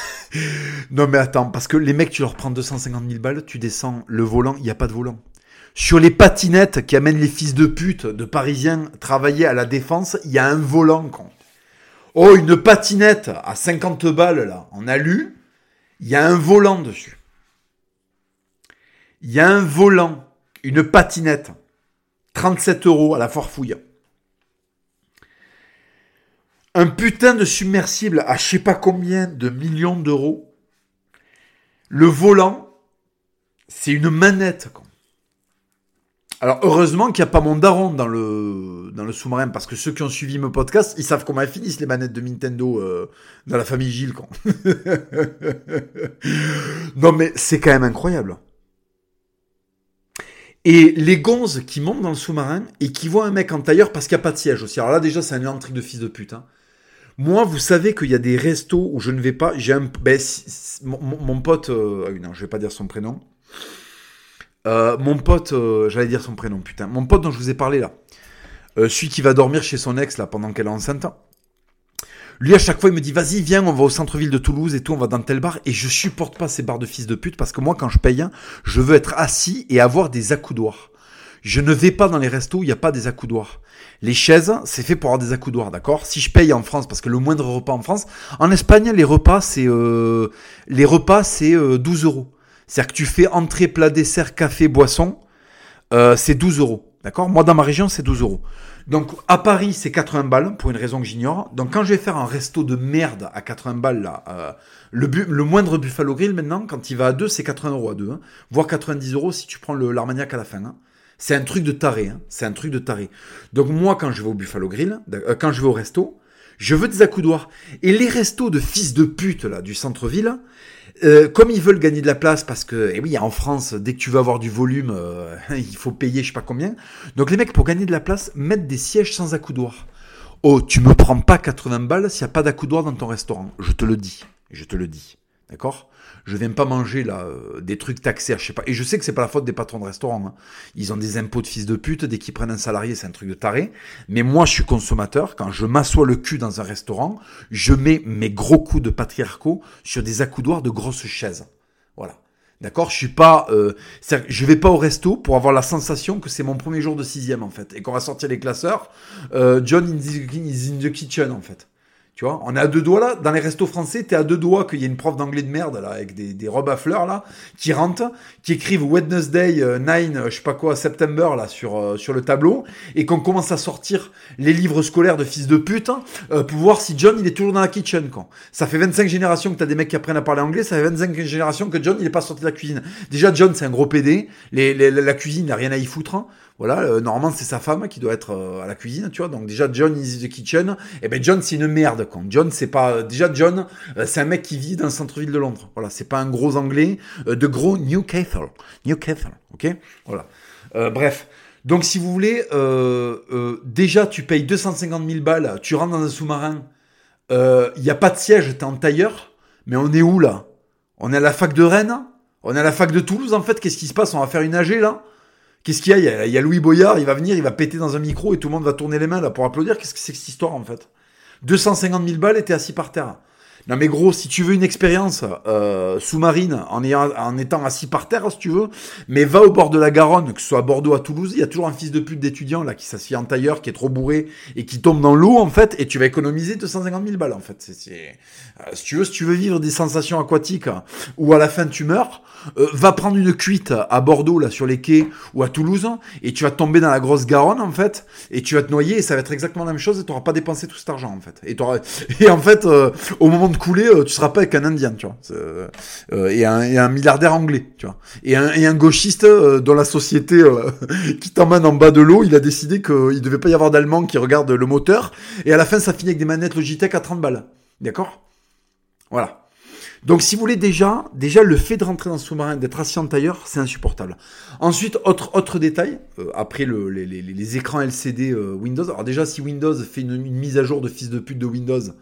Non mais attends, parce que les mecs, tu leur prends deux cent cinquante mille balles, tu descends le volant, il n'y a pas de volant. Sur les patinettes qui amènent les fils de pute de Parisiens travailler à la Défense, il y a un volant, con. Oh, une patinette à cinquante balles, là, en alu, il y a un volant dessus. Il y a un volant, une patinette, trente-sept euros à la Forfouille. Un putain de submersible à je sais pas combien de millions d'euros. Le volant, c'est une manette, quoi. Alors, heureusement qu'il n'y a pas mon daron dans le, dans le sous-marin, parce que ceux qui ont suivi mes podcasts, ils savent comment elles finissent les manettes de Nintendo euh, dans la famille Gilles, quoi. Non, mais c'est quand même incroyable. Et les gonzes qui montent dans le sous-marin et qui voient un mec en tailleur parce qu'il n'y a pas de siège aussi. Alors là, déjà, c'est un énorme truc de fils de pute, hein. Moi, vous savez qu'il y a des restos où je ne vais pas. J'ai un, ben, si, si, mon, mon pote, euh, non, je vais pas dire son prénom. Euh, mon pote, euh, j'allais dire son prénom, putain. Mon pote dont je vous ai parlé là, euh, celui qui va dormir chez son ex là pendant qu'elle est enceinte. Lui, à chaque fois, il me dit, vas-y, viens, on va au centre-ville de Toulouse et tout, on va dans tel bar. Et je supporte pas ces bars de fils de pute parce que moi, quand je paye, je veux être assis et avoir des accoudoirs. Je ne vais pas dans les restos où il n'y a pas des accoudoirs. Les chaises, c'est fait pour avoir des accoudoirs, d'accord ? Si je paye en France, parce que le moindre repas en France, en Espagne, les repas, c'est euh, les repas, c'est euh, douze euros. C'est-à-dire que tu fais entrée, plat, dessert, café, boisson, euh, c'est douze euros, d'accord ? Moi, dans ma région, c'est douze euros. Donc, à Paris, c'est quatre-vingts balles, pour une raison que j'ignore. Donc, quand je vais faire un resto de merde à quatre-vingts balles, là, euh, le, bu- le moindre Buffalo Grill, maintenant, quand il va à deux, c'est quatre-vingts euros à deux, hein, voire quatre-vingt-dix euros si tu prends le, l'Armagnac à la fin, hein. C'est un truc de taré, hein. C'est un truc de taré. Donc moi, quand je vais au Buffalo Grill, euh, quand je vais au resto, je veux des accoudoirs. Et les restos de fils de pute là du centre-ville, euh, comme ils veulent gagner de la place, parce que, et oui, en France, dès que tu veux avoir du volume, euh, il faut payer je sais pas combien. Donc les mecs, pour gagner de la place, mettent des sièges sans accoudoir. Oh, tu me prends pas quatre-vingts balles s'il n'y a pas d'accoudoir dans ton restaurant. Je te le dis. Je te le dis. D'accord ? Je viens pas manger là euh, des trucs taxés à je sais pas. Et je sais que c'est pas la faute des patrons de restaurants, hein. Ils ont des impôts de fils de pute. Dès qu'ils prennent un salarié, c'est un truc de taré. Mais moi, je suis consommateur. Quand je m'assois le cul dans un restaurant, je mets mes gros coups de patriarcaux sur des accoudoirs de grosses chaises. Voilà. D'accord ? Je suis pas, euh, c'est-à-dire que je vais pas au resto pour avoir la sensation que c'est mon premier jour de sixième en fait et qu'on va sortir les classeurs. Euh, John in the, is in the kitchen en fait. Tu vois, on est à deux doigts là, dans les restos français, t'es à deux doigts qu'il y ait une prof d'anglais de merde là, avec des, des robes à fleurs là, qui rentre, qui écrivent Wednesday euh, neuf, euh, je sais pas quoi, September là sur euh, sur le tableau, et qu'on commence à sortir les livres scolaires de fils de pute hein, euh, pour voir si John il est toujours dans la kitchen quoi. Ça fait vingt-cinq générations que t'as des mecs qui apprennent à parler anglais, ça fait vingt-cinq générations que John il est pas sorti de la cuisine. Déjà John c'est un gros pédé, les, les, la cuisine il a rien à y foutre. Hein. Voilà, euh, normalement c'est sa femme qui doit être euh, à la cuisine, tu vois. Donc déjà John is the kitchen. Et ben John c'est une merde quoi. John c'est pas déjà John, euh, c'est un mec qui vit dans le centre-ville de Londres. Voilà, c'est pas un gros anglais euh, de gros Newcastle, Newcastle, ok. Voilà. Euh, bref. Donc si vous voulez, euh, euh, déjà tu payes deux cent cinquante mille balles, tu rentres dans un sous-marin, il euh, y a pas de siège, t'es en tailleur. Mais on est où là ? On est à la fac de Rennes ? On est à la fac de Toulouse en fait. Qu'est-ce qui se passe ? On va faire une A G là ? Qu'est-ce qu'il y a? il y a Il y a Louis Boyard, il va venir, il va péter dans un micro et tout le monde va tourner les mains là pour applaudir. Qu'est-ce que c'est que cette histoire en fait? deux cent cinquante mille balles et t'es assis par terre. Non mais gros, si tu veux une expérience euh, sous-marine en, ayant, en étant assis par terre, si tu veux, mais va au bord de la Garonne, que ce soit à Bordeaux, à Toulouse, il y a toujours un fils de pute d'étudiant là qui s'assied en tailleur, qui est trop bourré et qui tombe dans l'eau en fait, et tu vas économiser deux cent cinquante mille balles en fait. C'est, c'est... Euh, si tu veux, si tu veux vivre des sensations aquatiques où à la fin tu meurs, euh, va prendre une cuite à Bordeaux là sur les quais ou à Toulouse et tu vas tomber dans la grosse Garonne en fait, et tu vas te noyer et ça va être exactement la même chose et tu n'auras pas dépensé tout cet argent en fait. Et, et en fait, euh, au moment de couler, euh, tu seras pas avec un Indien, tu vois, euh, euh, et, un, et un milliardaire anglais, tu vois, et un, et un gauchiste euh, dans la société euh, qui t'emmène en bas de l'eau, il a décidé qu'il devait pas y avoir d'Allemands qui regardent le moteur, et à la fin ça finit avec des manettes Logitech à trente balles, d'accord? Voilà. Donc si vous voulez déjà, déjà le fait de rentrer dans le sous-marin, d'être assis en tailleur, c'est insupportable. Ensuite, autre autre détail, euh, après le, les, les, les écrans L C D euh, Windows. Alors déjà, si Windows fait une, une mise à jour de fils de pute de Windows,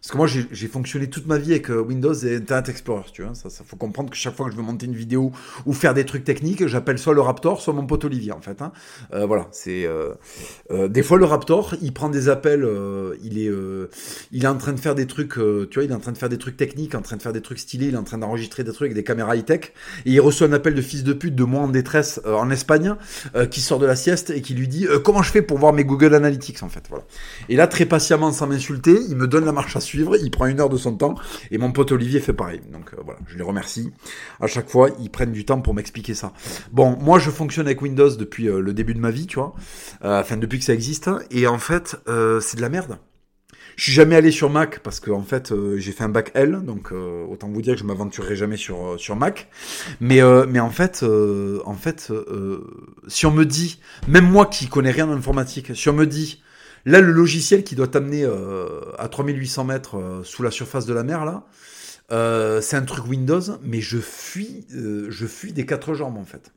Parce que moi, j'ai, j'ai fonctionné toute ma vie avec euh, Windows et Internet Explorer, tu vois. Ça, ça faut comprendre que chaque fois que je veux monter une vidéo ou faire des trucs techniques, j'appelle soit le Raptor, soit mon pote Olivier, en fait. Hein. Euh, voilà, c'est... Euh, euh, des fois, le Raptor, il prend des appels, euh, il est euh, il est en train de faire des trucs, euh, tu vois, il est en train de faire des trucs techniques, en train de faire des trucs stylés, il est en train d'enregistrer des trucs avec des caméras high-tech, et il reçoit un appel de fils de pute de moi en détresse euh, en Espagne, euh, qui sort de la sieste et qui lui dit euh, « Comment je fais pour voir mes Google Analytics ?» en fait, voilà. Et là, très patiemment, sans m'insulter, il me donne la marche à suivre, il prend une heure de son temps, et mon pote Olivier fait pareil. Donc euh, voilà, je les remercie. À chaque fois, ils prennent du temps pour m'expliquer ça. Bon, moi, je fonctionne avec Windows depuis euh, le début de ma vie, tu vois. Euh, enfin, depuis que ça existe. Et en fait, euh, c'est de la merde. Je suis jamais allé sur Mac parce que en fait euh, j'ai fait un bac L, donc euh, autant vous dire que je m'aventurerai jamais sur euh, sur Mac. Mais euh, mais en fait euh, en fait euh, si on me dit, même moi qui connais rien en informatique, si on me dit là le logiciel qui doit t'amener euh, à trois mille huit cents mètres euh, sous la surface de la mer là, euh, c'est un truc Windows, mais je fuis euh, je fuis des quatre jambes en fait.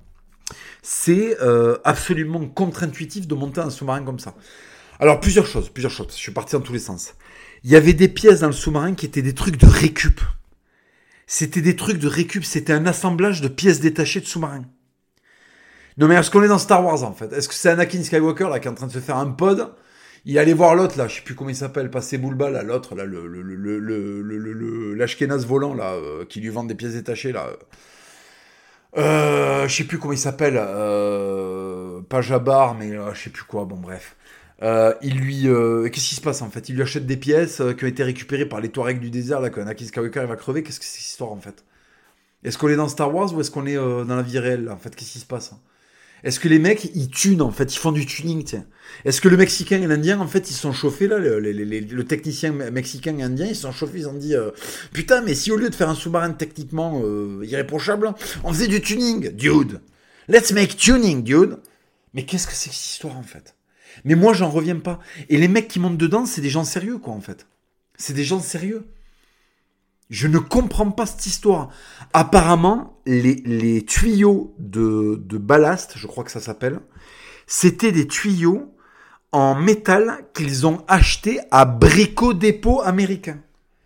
C'est euh, absolument contre-intuitif de monter un sous-marin comme ça. Alors, plusieurs choses, plusieurs choses. Je suis parti dans tous les sens. Il y avait des pièces dans le sous-marin qui étaient des trucs de récup. C'était des trucs de récup. C'était un assemblage de pièces détachées de sous-marins. Non, mais est-ce qu'on est dans Star Wars, en fait? Est-ce que c'est Anakin Skywalker, là, qui est en train de se faire un pod? Il allait voir l'autre, là, je sais plus comment il s'appelle, pas Sebulba, là, l'autre, là, le, le, le, le, le, le, le, le l'Ashkenaz volant, là, euh, qui lui vend des pièces détachées, là. Euh, je sais plus comment il s'appelle, euh, pas Jabbar, mais euh, je sais plus quoi, bon, bref. Euh, il lui, euh, qu'est-ce qui se passe en fait? Il lui achète des pièces euh, qui ont été récupérées par les Touaregs du désert, là, que Anakin Skywalker il va crever. Qu'est-ce que c'est cette histoire en fait? Est-ce qu'on est dans Star Wars ou est-ce qu'on est euh, dans la vie réelle là, en fait? Qu'est-ce qui se passe? Est-ce que les mecs ils tunent en fait? Ils font du tuning, tiens. Est-ce que le Mexicain et l'Indien en fait ils se sont chauffés là, le, le, le, le technicien mexicain et indien ils se sont chauffés, ils ont dit euh, putain, mais si au lieu de faire un sous-marin techniquement euh, irréprochable, on faisait du tuning, dude. Let's make tuning, dude. Mais qu'est-ce que c'est que cette histoire en fait? Mais moi, j'en reviens pas. Et les mecs qui montent dedans, c'est des gens sérieux, quoi, en fait. C'est des gens sérieux. Je ne comprends pas cette histoire. Apparemment, les, les tuyaux de, de ballast, je crois que ça s'appelle, c'était des tuyaux en métal qu'ils ont achetés à Brico Dépôt américain.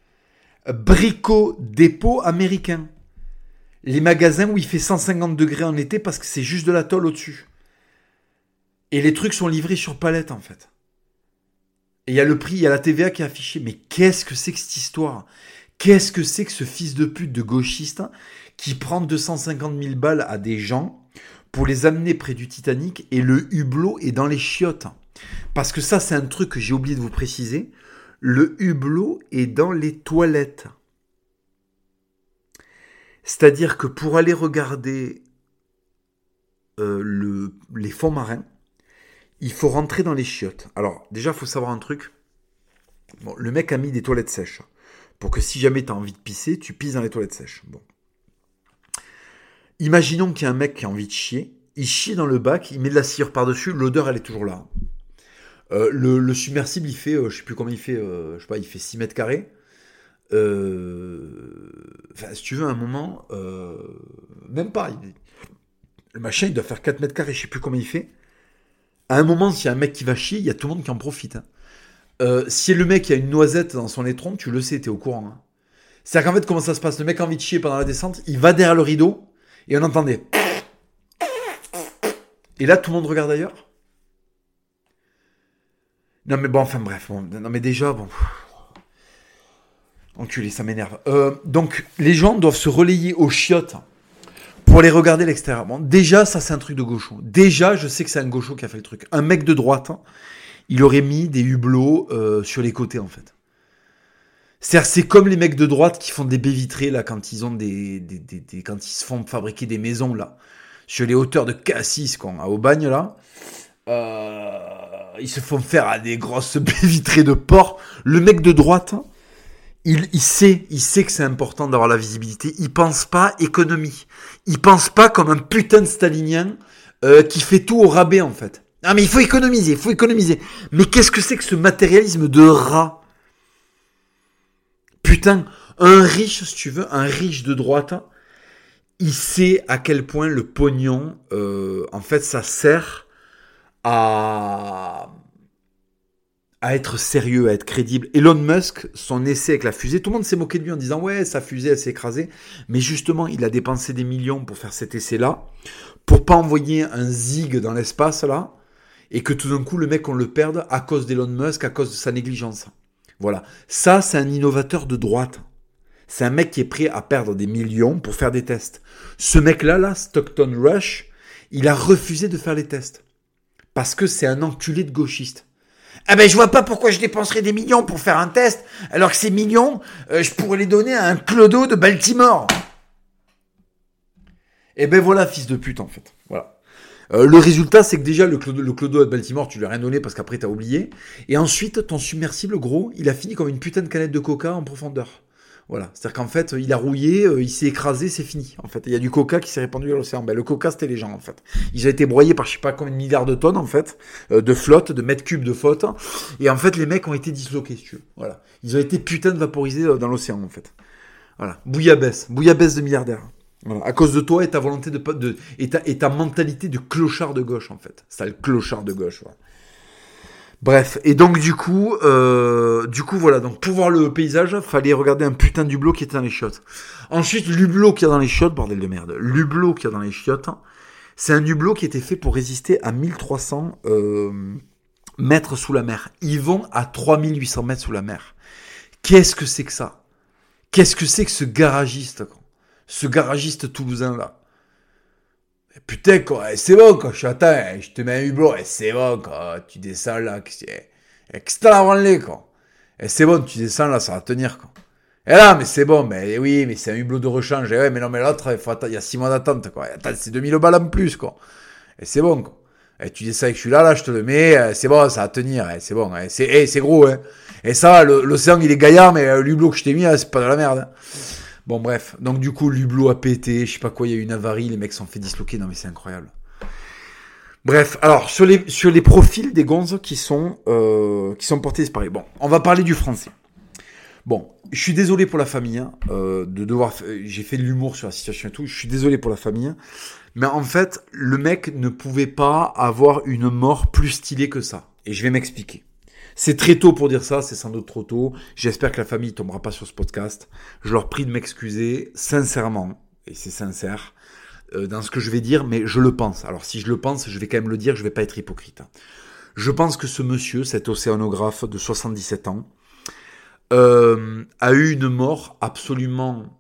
Brico Dépôt américain. Les magasins où il fait cent cinquante degrés en été parce que c'est juste de la tôle au-dessus. Et les trucs sont livrés sur palette, en fait. Et il y a le prix, il y a la T V A qui est affichée. Mais qu'est-ce que c'est que cette histoire? Qu'est-ce que c'est que ce fils de pute de gauchiste qui prend deux cent cinquante mille balles à des gens pour les amener près du Titanic et le hublot est dans les chiottes? Parce que ça, c'est un truc que j'ai oublié de vous préciser. Le hublot est dans les toilettes. C'est-à-dire que pour aller regarder euh, le, les fonds marins, il faut rentrer dans les chiottes. Alors, déjà, il faut savoir un truc. Bon, le mec a mis des toilettes sèches. Pour que si jamais tu as envie de pisser, tu pisses dans les toilettes sèches. Bon. Imaginons qu'il y a un mec qui a envie de chier. Il chie dans le bac, il met de la cire par-dessus, l'odeur, elle est toujours là. Euh, le, le submersible, il fait, euh, je sais plus comment il fait, euh, je sais pas, il fait six mètres carrés. Euh, enfin, si tu veux, à un moment, euh, même pas. Il, le machin, il doit faire quatre mètres carrés, je sais plus comment il fait. À un moment, s'il y a un mec qui va chier, il y a tout le monde qui en profite. Hein. Euh, si le mec a une noisette dans son étron, tu le sais, t'es au courant. Hein. C'est-à-dire qu'en fait, comment ça se passe? Le mec a envie de chier pendant la descente, il va derrière le rideau, et on entendait. Et là, tout le monde regarde ailleurs. Non mais bon, enfin bref, bon, non mais déjà, bon... Enculé, ça m'énerve. Euh, donc, les gens doivent se relayer aux chiottes pour aller regarder l'extérieur. Bon, déjà, ça, c'est un truc de gaucho. Déjà, je sais que c'est un gaucho qui a fait le truc. Un mec de droite, hein, il aurait mis des hublots euh, sur les côtés, en fait. C'est-à-dire, c'est comme les mecs de droite qui font des baies vitrées, là, quand ils ont des, des, des, des quand ils se font fabriquer des maisons, là, sur les hauteurs de Cassis, quoi, à Aubagne, là. Euh, ils se font faire à des grosses baies vitrées de porc. Le mec de droite, hein, Il, il sait, il sait que c'est important d'avoir la visibilité. Il pense pas économie. Il pense pas comme un putain de stalinien euh, qui fait tout au rabais en fait. Ah mais il faut économiser, il faut économiser. Mais qu'est-ce que c'est que ce matérialisme de rat? Putain, un riche, si tu veux, un riche de droite, il sait à quel point le pognon, euh, en fait, ça sert à à être sérieux, à être crédible. Elon Musk, son essai avec la fusée, tout le monde s'est moqué de lui en disant « Ouais, sa fusée, elle s'est écrasée. » Mais justement, il a dépensé des millions pour faire cet essai-là, pour pas envoyer un zig dans l'espace, là, et que tout d'un coup, le mec, on le perde à cause d'Elon Musk, à cause de sa négligence. Voilà. Ça, c'est un innovateur de droite. C'est un mec qui est prêt à perdre des millions pour faire des tests. Ce mec-là, là, Stockton Rush, il a refusé de faire les tests. Parce que c'est un enculé de gauchiste. Ah ben je vois pas pourquoi je dépenserais des millions pour faire un test, alors que ces millions, euh, je pourrais les donner à un clodo de Baltimore. Et ben voilà, fils de pute en fait. Voilà. Euh, le résultat, c'est que déjà le clodo, le clodo de Baltimore, tu lui as rien donné parce qu'après t'as oublié. Et ensuite, ton submersible gros, il a fini comme une putain de canette de coca en profondeur. Voilà, c'est-à-dire qu'en fait, il a rouillé, euh, il s'est écrasé, c'est fini. En fait, il y a du coca qui s'est répandu dans l'océan. Ben, le coca, c'était les gens, en fait. Ils ont été broyés par je sais pas combien de milliards de tonnes, en fait, euh, de flotte, de mètres cubes de flotte. Et en fait, les mecs ont été disloqués, si tu veux. Voilà, ils ont été putain de vaporisés dans l'océan, en fait. Voilà, bouillabaisse, bouillabaisse de milliardaires. Voilà, à cause de toi et ta volonté de, de et ta, et ta mentalité de clochard de gauche, en fait. C'est le clochard de gauche. Voilà. Bref, et donc du coup, euh, du coup voilà, donc pour voir le paysage, fallait regarder un putain d'hublot qui était dans les chiottes. Ensuite, l'hublot qu'il y a dans les chiottes, bordel de merde, l'hublot qu'il y a dans les chiottes, c'est un hublot qui était fait pour résister à mille trois cents euh, mètres sous la mer. Ils vont à trois mille huit cents mètres sous la mer. Qu'est-ce que c'est que ça? Qu'est-ce que c'est que ce garagiste, quoi? Ce garagiste toulousain là? Putain, quoi, c'est bon, quoi, je suis attends, je te mets un hublot, et c'est bon, quoi, tu descends là, qu'est-ce que t'as la branlée, quoi. Et c'est bon, tu descends là, ça va tenir, quoi. Et là, mais c'est bon, mais oui, mais c'est un hublot de rechange, et ouais, mais non, mais l'autre, il faut attendre, il y a six mois d'attente, quoi. Attends, c'est deux mille balles en plus, quoi. Et c'est bon, quoi. Et tu descends avec celui-là, là, je te le mets, c'est bon, ça va tenir, et c'est bon, et c'est, et c'est gros, hein. Et ça, le, l'océan, il est gaillard, mais l'hublot que je t'ai mis, là, c'est pas de la merde, hein. Bon bref, donc du coup l'hublot a pété, je sais pas quoi, il y a eu une avarie, les mecs s'en fait disloquer, non mais c'est incroyable. Bref, alors sur les sur les profils des gonzes qui sont euh, qui sont portés disparus. Bon, on va parler du français. Bon, je suis désolé pour la famille, hein, euh, de devoir, j'ai fait de l'humour sur la situation et tout. Je suis désolé pour la famille, mais en fait le mec ne pouvait pas avoir une mort plus stylée que ça. Et je vais m'expliquer. C'est très tôt pour dire ça, c'est sans doute trop tôt. J'espère que la famille ne tombera pas sur ce podcast. Je leur prie de m'excuser, sincèrement, et c'est sincère, euh, dans ce que je vais dire, mais je le pense. Alors si je le pense, je vais quand même le dire, je vais pas être hypocrite. Je pense que ce monsieur, cet océanographe de soixante-dix-sept ans, euh, a eu une mort absolument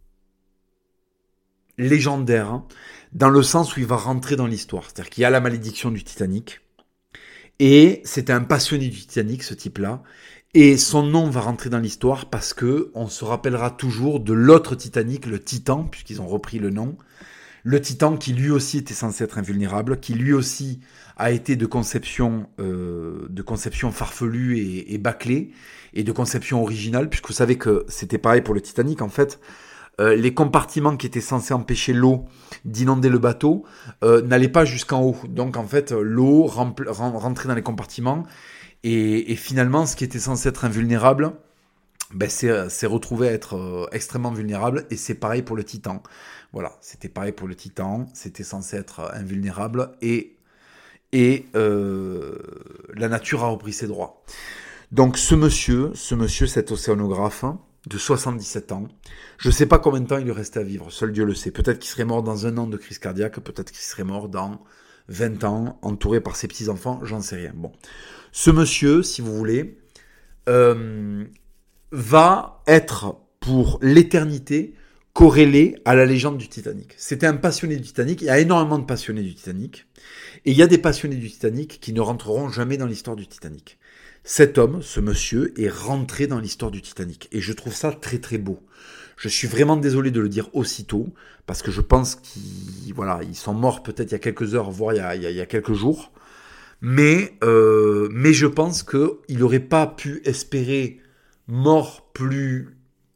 légendaire, hein, dans le sens où il va rentrer dans l'histoire. C'est-à-dire qu'il y a la malédiction du Titanic. Et c'était un passionné du Titanic, ce type-là. Et son nom va rentrer dans l'histoire parce que on se rappellera toujours de l'autre Titanic, le Titan, puisqu'ils ont repris le nom. Le Titan qui lui aussi était censé être invulnérable, qui lui aussi a été de conception, euh, de conception farfelue et, et bâclée, et de conception originale, puisque vous savez que c'était pareil pour le Titanic, en fait. Euh, les compartiments qui étaient censés empêcher l'eau d'inonder le bateau euh, n'allaient pas jusqu'en haut. Donc en fait, l'eau rempl- rentrait dans les compartiments et, et finalement, ce qui était censé être invulnérable, ben, c'est, c'est retrouvé à être euh, extrêmement vulnérable. Et c'est pareil pour le Titan. Voilà, c'était pareil pour le Titan. C'était censé être invulnérable et, et euh, la nature a repris ses droits. Donc ce monsieur, ce monsieur, cet océanographe, de soixante-dix-sept ans. Je ne sais pas combien de temps il lui restait à vivre, seul Dieu le sait. Peut-être qu'il serait mort dans un an de crise cardiaque, peut-être qu'il serait mort dans vingt ans, entouré par ses petits-enfants, j'en sais rien. Bon, ce monsieur, si vous voulez, euh, va être pour l'éternité corrélé à la légende du Titanic. C'était un passionné du Titanic, il y a énormément de passionnés du Titanic, et il y a des passionnés du Titanic qui ne rentreront jamais dans l'histoire du Titanic. Cet homme, ce monsieur, est rentré dans l'histoire du Titanic. Et je trouve ça très très beau. Je suis vraiment désolé de le dire aussitôt, parce que je pense qu'ils voilà, ils sont morts peut-être il y a quelques heures, voire il y a, il y a, il y a quelques jours. Mais, euh, mais je pense qu'il n'aurait pas pu espérer mort plus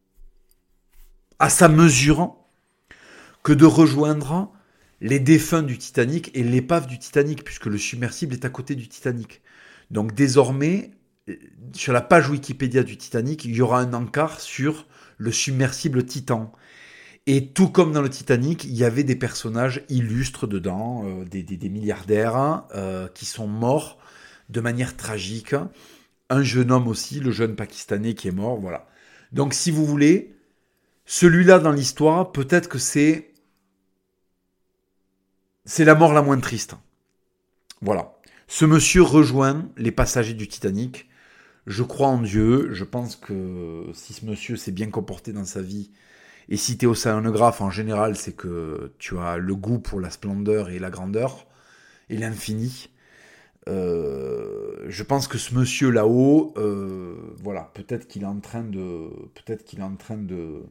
à sa mesure que de rejoindre les défunts du Titanic et l'épave du Titanic, puisque le submersible est à côté du Titanic. Donc désormais, sur la page Wikipédia du Titanic, il y aura un encart sur le submersible Titan. Et tout comme dans le Titanic, il y avait des personnages illustres dedans, euh, des, des, des milliardaires euh, qui sont morts de manière tragique. un jeune homme aussi, le jeune Pakistanais qui est mort, voilà. Donc si vous voulez, celui-là dans l'histoire, peut-être que c'est c'est la mort la moins triste. Voilà. Ce monsieur rejoint les passagers du Titanic. Je crois en Dieu. Je pense que si ce monsieur s'est bien comporté dans sa vie, et si tu es océanographe en général, c'est que tu as le goût pour la splendeur et la grandeur et l'infini. Euh, je pense que ce monsieur là-haut, euh, voilà, peut-être qu'il est en train de, peut-être qu'il est en train de,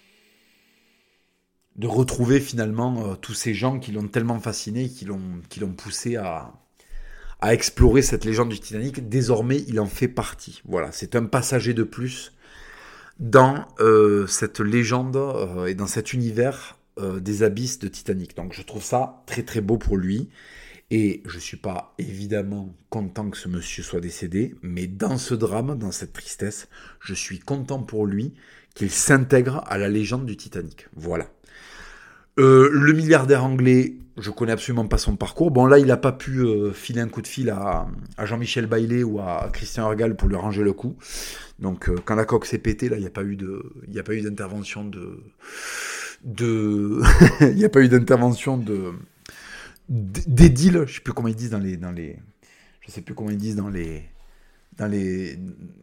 de retrouver finalement euh, tous ces gens qui l'ont tellement fasciné, qui l'ont, qui l'ont poussé à, à explorer cette légende du Titanic. Désormais, il en fait partie. Voilà, c'est un passager de plus dans euh, cette légende euh, et dans cet univers euh, des abysses de Titanic. Donc, je trouve ça très très beau pour lui. Et je ne suis pas évidemment content que ce monsieur soit décédé, mais dans ce drame, dans cette tristesse, je suis content pour lui qu'il s'intègre à la légende du Titanic. Voilà. Euh, le milliardaire anglais, je connais absolument pas son parcours. Bon, là, il n'a pas pu euh, filer un coup de fil à, à Jean-Michel Bailey ou à Christian Hergal pour lui ranger le coup. Donc, euh, quand la coque s'est pétée, là, il n'y a pas eu de, il n'y a pas eu d'intervention de, de, il n'y a pas eu d'intervention de, d'édile, je sais plus comment ils disent dans les, dans les, je sais plus comment ils disent dans les, dans les,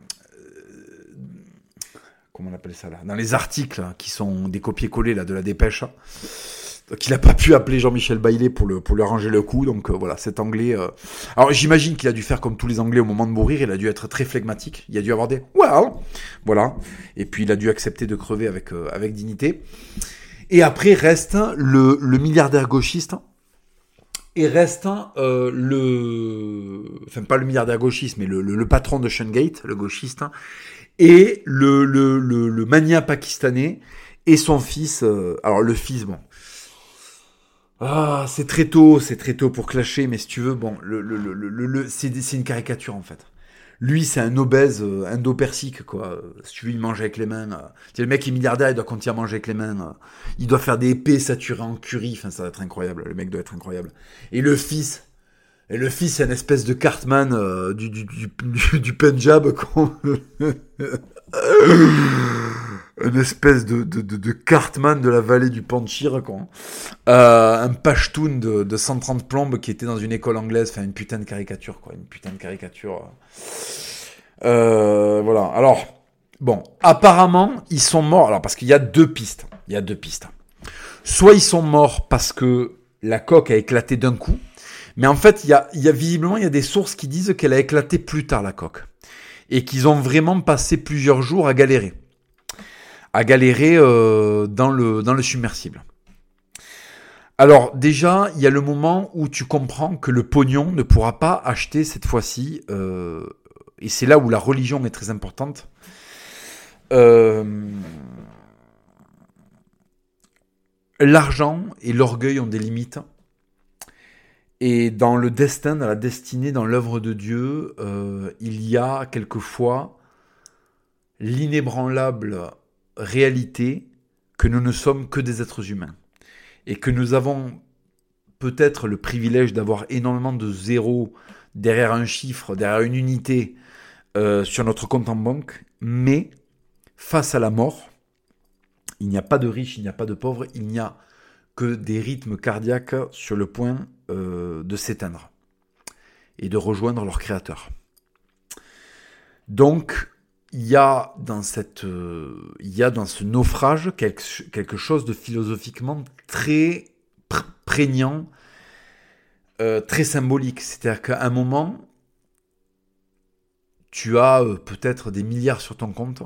comment on appelle ça là, dans les articles là, qui sont des copier-coller là de la dépêche. Donc il a pas pu appeler Jean-Michel Bailey pour le pour lui arranger le coup. Donc euh, voilà, cet anglais. Euh... Alors j'imagine qu'il a dû faire comme tous les Anglais au moment de mourir. Il a dû être très flegmatique. Il a dû avoir des well, voilà. Et puis il a dû accepter de crever avec euh, avec dignité. Et après reste le le milliardaire gauchiste. Et reste euh, le... Enfin, pas le milliardaire gauchiste, mais le, le, le patron de Shungate, le gauchiste, et le, le, le, le mania pakistanais, et son fils... Euh... Alors, le fils, bon... Ah, c'est très tôt, c'est très tôt pour clasher, mais si tu veux, bon, le, le, le, le, le, c'est, c'est une caricature, en fait. Lui, c'est un obèse euh, indo-persique, quoi. Si tu veux, il mange avec les mains. Euh. Tu sais, le mec est milliardaire, il doit continuer à manger avec les mains. Euh. Il doit faire des épées saturées en curry. Enfin, ça va être incroyable. Le mec doit être incroyable. Et le fils, et le fils, c'est une espèce de Cartman euh, du, du, du, du, du Punjab, quoi. Une espèce de, de, de, de Cartman de la vallée du Panchir, quoi. Euh, un Pashtun de, de cent trente plombes qui était dans une école anglaise. Enfin, une putain de caricature, quoi. Une putain de caricature. Euh, voilà. Alors, bon. Apparemment, ils sont morts. Alors, parce qu'il y a deux pistes. Il y a deux pistes. Soit ils sont morts parce que la coque a éclaté d'un coup. Mais en fait, il y a, il y a visiblement, il y a des sources qui disent qu'elle a éclaté plus tard, la coque. Et qu'ils ont vraiment passé plusieurs jours à galérer. à galérer euh, dans, le, dans le submersible. Alors déjà, il y a le moment où tu comprends que le pognon ne pourra pas acheter cette fois-ci, euh, et c'est là où la religion est très importante, euh, l'argent et l'orgueil ont des limites, et dans le destin, dans la destinée, dans l'œuvre de Dieu, euh, il y a quelquefois l'inébranlable réalité que nous ne sommes que des êtres humains et que nous avons peut-être le privilège d'avoir énormément de zéros derrière un chiffre, derrière une unité euh, sur notre compte en banque, mais face à la mort, il n'y a pas de riches, il n'y a pas de pauvres, il n'y a que des rythmes cardiaques sur le point euh, de s'éteindre et de rejoindre leur créateur. Donc, il y a dans cette, euh, il y a dans ce naufrage quelque, quelque chose de philosophiquement très pr- prégnant, euh, très symbolique. C'est-à-dire qu'à un moment, tu as euh, peut-être des milliards sur ton compte,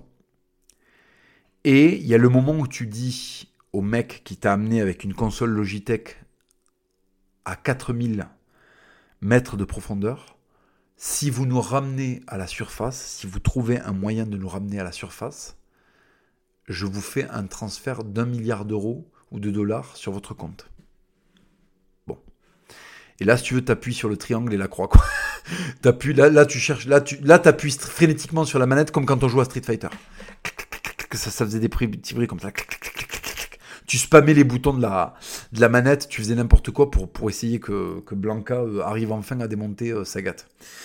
et il y a le moment où tu dis au mec qui t'a amené avec une console Logitech à quatre mille mètres de profondeur, si vous nous ramenez à la surface, si vous trouvez un moyen de nous ramener à la surface, je vous fais un transfert d'un milliard d'euros ou de dollars sur votre compte. Bon. Et là, si tu veux, t'appuies sur le triangle et la croix, quoi. T'appuies, là, là, tu cherches, là, tu, là, t'appuies frénétiquement sur la manette comme quand on joue à Street Fighter. Ça, ça faisait des petits bruits comme ça. Tu spammais les boutons de la, de la manette, tu faisais n'importe quoi pour, pour essayer que, que Blanca arrive enfin à démonter euh, Sagat.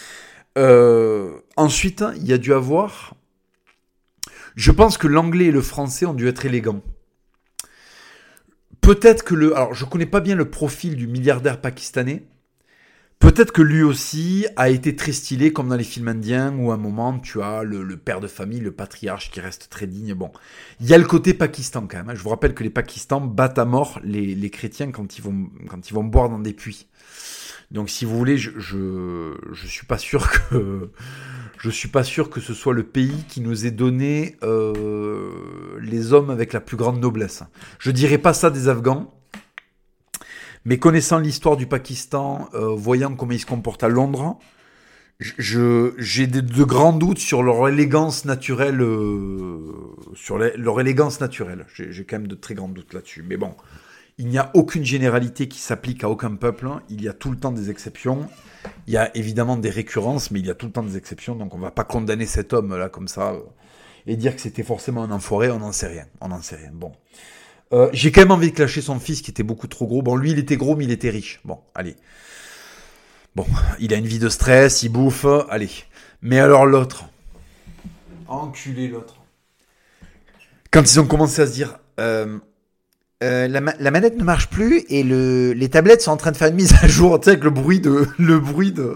Euh, ensuite, il y a dû avoir... Je pense que l'anglais et le français ont dû être élégants. Peut-être que le... Alors, je connais pas bien le profil du milliardaire pakistanais. Peut-être que lui aussi a été très stylé, comme dans les films indiens, où à un moment, tu as le, le père de famille, le patriarche qui reste très digne. Bon, il y a le côté Pakistan quand même. Hein. Je vous rappelle que les Pakistans battent à mort les, les chrétiens quand ils, vont, quand ils vont boire dans des puits. Donc, si vous voulez, je, je, je suis pas sûr que... Je suis pas sûr que ce soit le pays qui nous ait donné euh, les hommes avec la plus grande noblesse. Je dirais pas ça des Afghans. Mais connaissant l'histoire du Pakistan, euh, voyant comment ils se comportent à Londres, je, j'ai de, de grands doutes sur leur élégance naturelle. Euh, sur les, leur élégance naturelle. J'ai, j'ai quand même de très grands doutes là-dessus. Mais bon, il n'y a aucune généralité qui s'applique à aucun peuple. Il y a tout le temps des exceptions. Il y a évidemment des récurrences, mais il y a tout le temps des exceptions. Donc on ne va pas condamner cet homme-là comme ça euh, et dire que c'était forcément un enfoiré. On n'en sait rien. On n'en sait rien. Bon. Euh, j'ai quand même envie de clasher son fils qui était beaucoup trop gros. Bon, lui, il était gros, mais il était riche. Bon, allez. Bon, il a une vie de stress, il bouffe. Allez. Mais alors l'autre. Enculé l'autre. Quand ils ont commencé à se dire... Euh, euh, la, ma- la manette ne marche plus et le, les tablettes sont en train de faire une mise à jour. Tu sais, avec le bruit de... Le bruit de...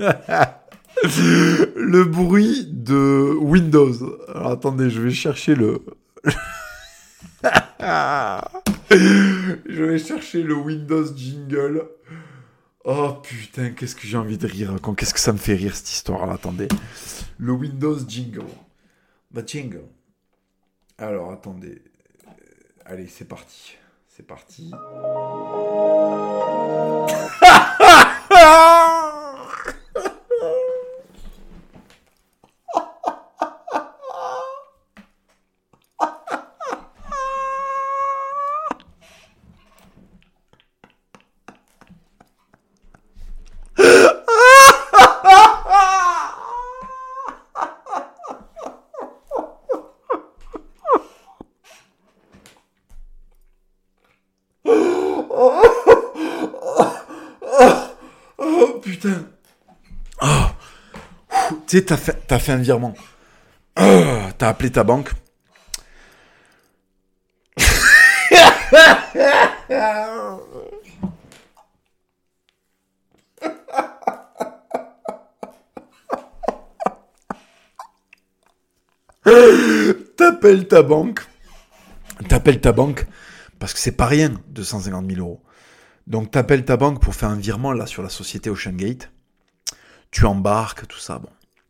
le bruit de Windows. Alors attendez, je vais chercher le... Je vais chercher le Windows jingle. Oh putain, qu'est-ce que j'ai envie de rire. Qu'est-ce que ça me fait rire cette histoire là. Attendez. Le Windows jingle. Bah jingle. Alors attendez. Allez, c'est parti. C'est parti. Putain. Oh. Tu sais, t'as fait, t'as fait un virement. Oh. T'as appelé ta banque. T'appelles ta banque. T'appelles ta banque. Parce que c'est pas rien, deux cent cinquante mille euros. Donc, t'appelles ta banque pour faire un virement, là, sur la société Ocean Gate. Tu embarques, tout ça, bon.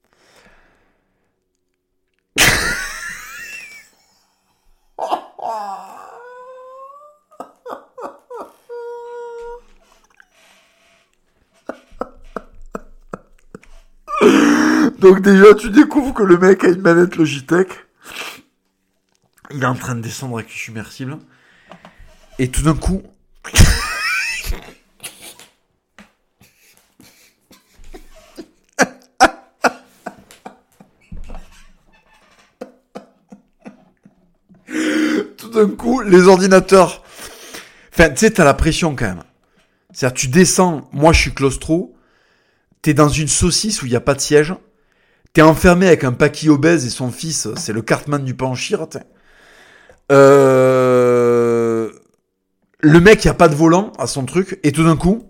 Donc, déjà, tu découvres que le mec a une manette Logitech. Il est en train de descendre avec une submersible. Et tout d'un coup... tout d'un coup, les ordinateurs... Enfin, tu sais, t'as la pression quand même. C'est-à-dire, tu descends... Moi, je suis claustro. T'es dans une saucisse où il n'y a pas de siège. T'es enfermé avec un Paki obèse et son fils. C'est le Cartman du Panchir. Euh... Le mec, il n'y a pas de volant à son truc. Et tout d'un coup...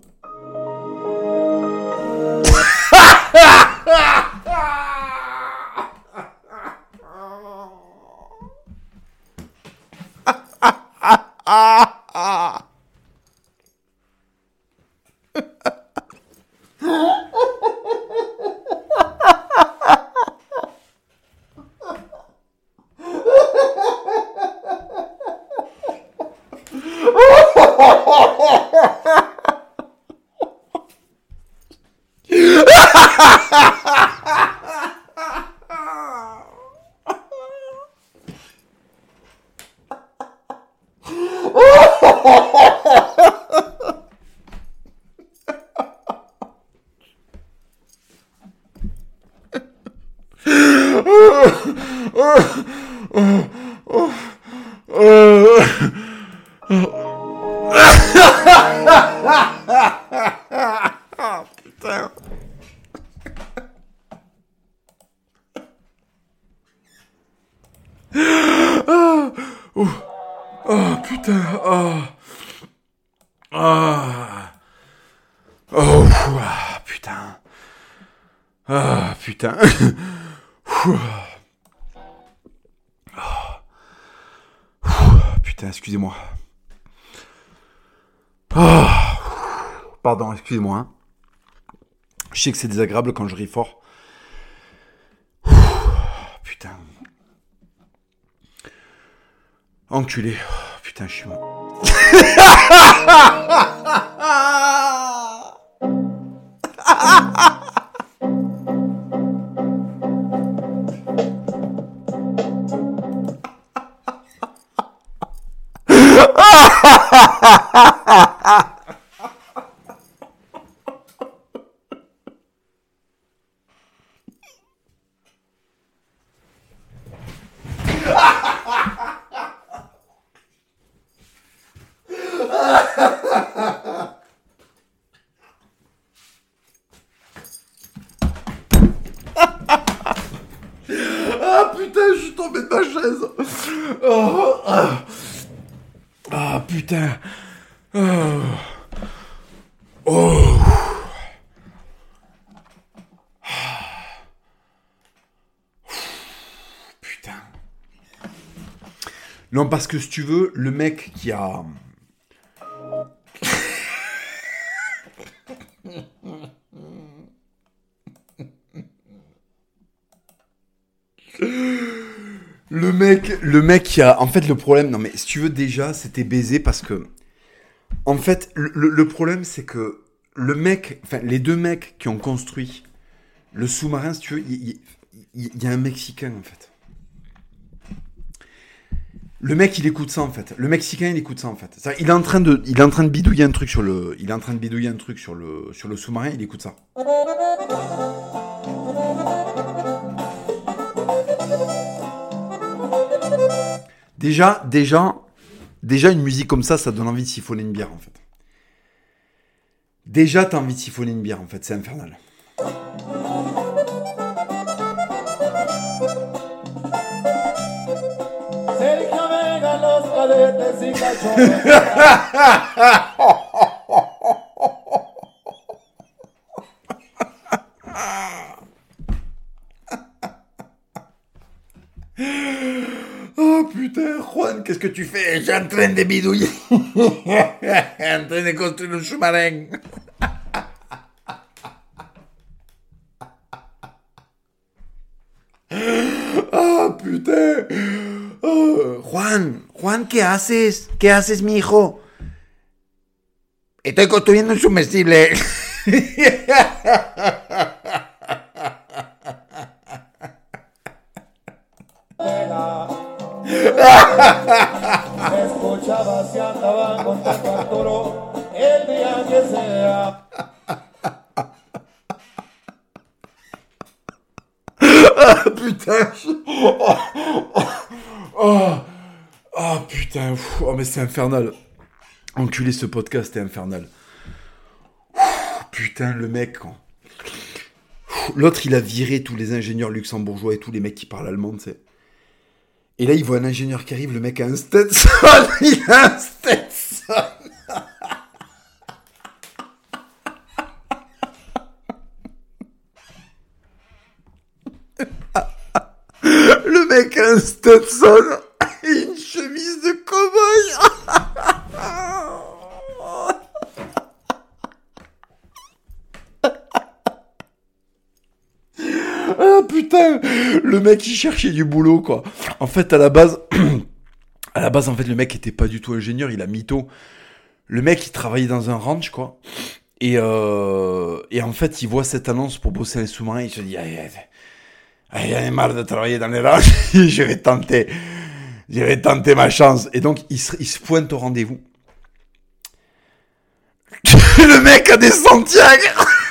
Putain. Oh. Ah. Oh. Ah, putain. Ah, putain. Putain, excusez-moi. Oh. Pardon, excusez-moi. Hein. Je sais que c'est désagréable quand je ris fort. Putain. Enculé. Oh, putain, je suis mort. Ah putain, je suis tombé de ma chaise. Oh, ah. Ah putain. Oh. Oh. Putain. Non, parce que si tu veux, le mec qui a... Le mec, le mec qui a... En fait, le problème... Non, mais si tu veux, déjà, c'était baisé parce que... En fait, le, le problème, c'est que le mec... Enfin, les deux mecs qui ont construit le sous-marin, si tu veux, il y, il, il y a un Mexicain, en fait. Le mec, il écoute ça, en fait. Le Mexicain, il écoute ça, en fait. Ça, il est en train de... Il est en train de bidouiller un truc sur le... Il est en train de bidouiller un truc sur le, sur le sous-marin, il écoute ça. Déjà, déjà, déjà une musique comme ça, ça donne envie de siphonner une bière en fait. Déjà, t'as envie de siphonner une bière en fait, c'est infernal. Oh putain, Juan, qu'est-ce que tu fais? Je suis en train de bidouiller. En train de construire un sous-marin. Oh putain. Oh, Juan, Juan, ¿qué haces? ¿Qué haces, mi hijo? Estoy construyendo un sumersible. Escuchaba si andaban con Arturo el día que sea. Ah putain. Oh, oh, oh, oh putain. Oh mais c'est infernal. Enculé, ce podcast est infernal. Putain, le mec. L'autre, il a viré tous les ingénieurs luxembourgeois et tous les mecs qui parlent allemand, tu sais. Et là, il voit un ingénieur qui arrive, le mec a un Stetson. Il a un Stetson. Le mec a un Stetson et une chemise de cow-boy. Ah putain, le mec il cherchait du boulot quoi. En fait à la base, à la base en fait le mec était pas du tout ingénieur, il a mytho. Le mec il travaillait dans un ranch quoi. Et euh, et en fait il voit cette annonce pour bosser les sous-marins, il se dit allez, allez, j'en ai marre de travailler dans les ranchs, je vais tenter, je vais tenter ma chance. Et donc il se, il se pointe au rendez-vous. Le mec a des Santiago.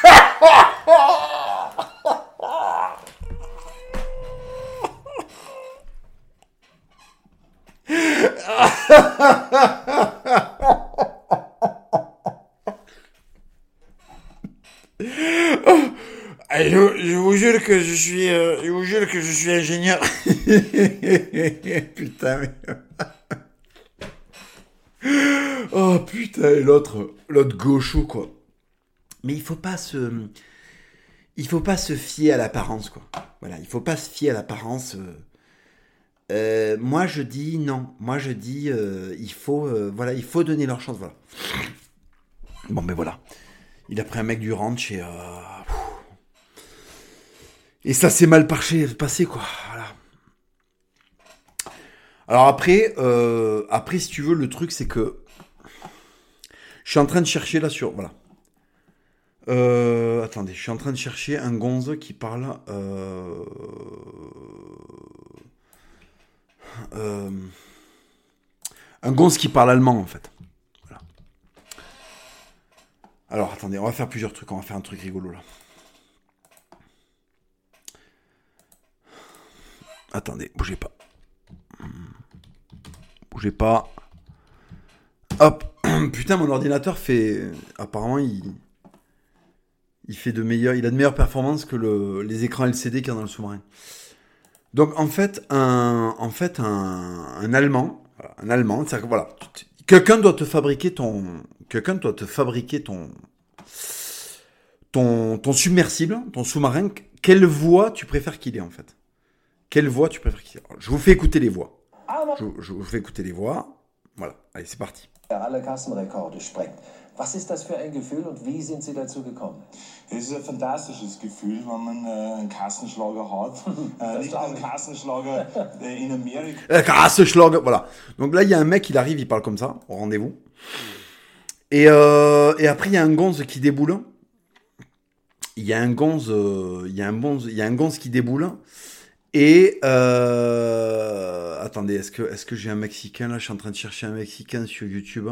Je, je vous jure que je suis, euh, je vous jure que je suis ingénieur. Putain. Mais... Oh putain, et l'autre, l'autre gaucho, quoi. Mais il faut pas se... Il faut pas se fier à l'apparence, quoi. Voilà, il faut pas se fier à l'apparence. Euh, euh, moi, je dis non. Moi, je dis, euh, il faut, euh, voilà, il faut donner leur chance, voilà. Bon, ben voilà. Il a pris un mec du ranch et... Euh, et ça s'est mal passé, passé, quoi. Voilà. Alors après, euh, après, si tu veux, le truc, c'est que... Je suis en train de chercher là sur... Voilà. Euh, attendez, je suis en train de chercher un gonze qui parle... Euh, euh, un gonze qui parle allemand, en fait. Voilà. Alors, attendez, on va faire plusieurs trucs. On va faire un truc rigolo, là. Attendez, bougez pas. Bougez pas. Hop. Putain, mon ordinateur fait... Apparemment, il... Il fait de meilleurs... Il a de meilleures performances que le... les écrans L C D qu'il y a dans le sous-marin. Donc, en fait, un... En fait, un... un Allemand... Un Allemand, c'est-à-dire que, voilà. Quelqu'un doit te fabriquer ton... Quelqu'un doit te fabriquer ton... Ton, ton submersible, ton sous-marin. Quelle voie tu préfères qu'il ait, en fait? Quelle voix tu préfères qu'il y ait? Je vous fais écouter les voix. Je, je vous fais écouter les voix. Voilà, allez, c'est parti. Alle Kassenrekorde sprengt. Was ist das für ein Gefühl und wie sind Sie dazu gekommen? Es ist ein fantastisches Gefühl, wenn man äh, einen Kassenschlager hat. äh, nicht einen Kassenschlager äh, in Amerika. Euh, Kassenschlager, voilà. Donc là, il y a un mec, il arrive, il parle comme ça, au rendez-vous. Et, euh, et après, il y a un gonze qui déboule. Il y a un gonze, euh, il y a un bonze, il y a un gonze qui déboule. Et euh... attendez, est-ce que est-ce que j'ai un Mexicain là? Je suis en train de chercher un Mexicain sur YouTube.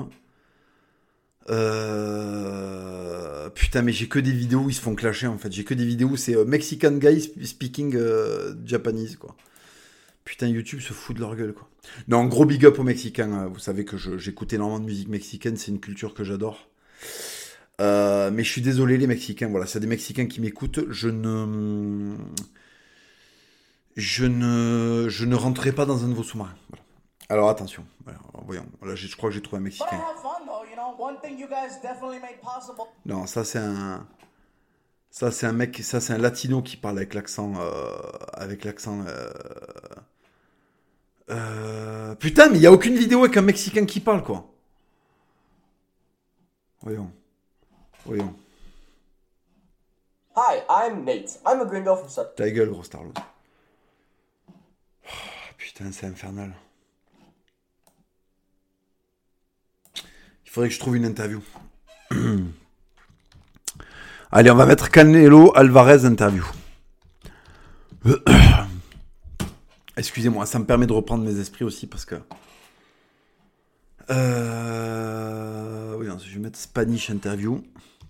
Euh... Putain, mais j'ai que des vidéos où ils se font clasher en fait. J'ai que des vidéos où c'est euh, Mexican guy speaking euh, Japanese quoi. Putain, YouTube se fout de leur gueule quoi. Non, gros big up aux Mexicains. Hein. Vous savez que je, j'écoute énormément de musique mexicaine, c'est une culture que j'adore. Euh... Mais je suis désolé les Mexicains. Voilà, c'est des Mexicains qui m'écoutent. Je ne Je ne, je ne rentrerai pas dans un de vos sous-marins. Voilà. Alors attention, voilà, voyons. Là, je crois que j'ai trouvé un Mexicain. Non, ça c'est un, ça c'est un mec, ça c'est un Latino qui parle avec l'accent, euh, avec l'accent. Euh, euh, putain, mais il y a aucune vidéo avec un Mexicain qui parle quoi. Voyons, voyons. Hi, I'm Nate. I'm a gringo from Sutton. Ta gueule, gros starlot. Putain, c'est infernal. Il faudrait que je trouve une interview. Allez, on va mettre Canelo Alvarez interview. Excusez-moi, ça me permet de reprendre mes esprits aussi parce que... Euh... Oui, je vais mettre Spanish interview.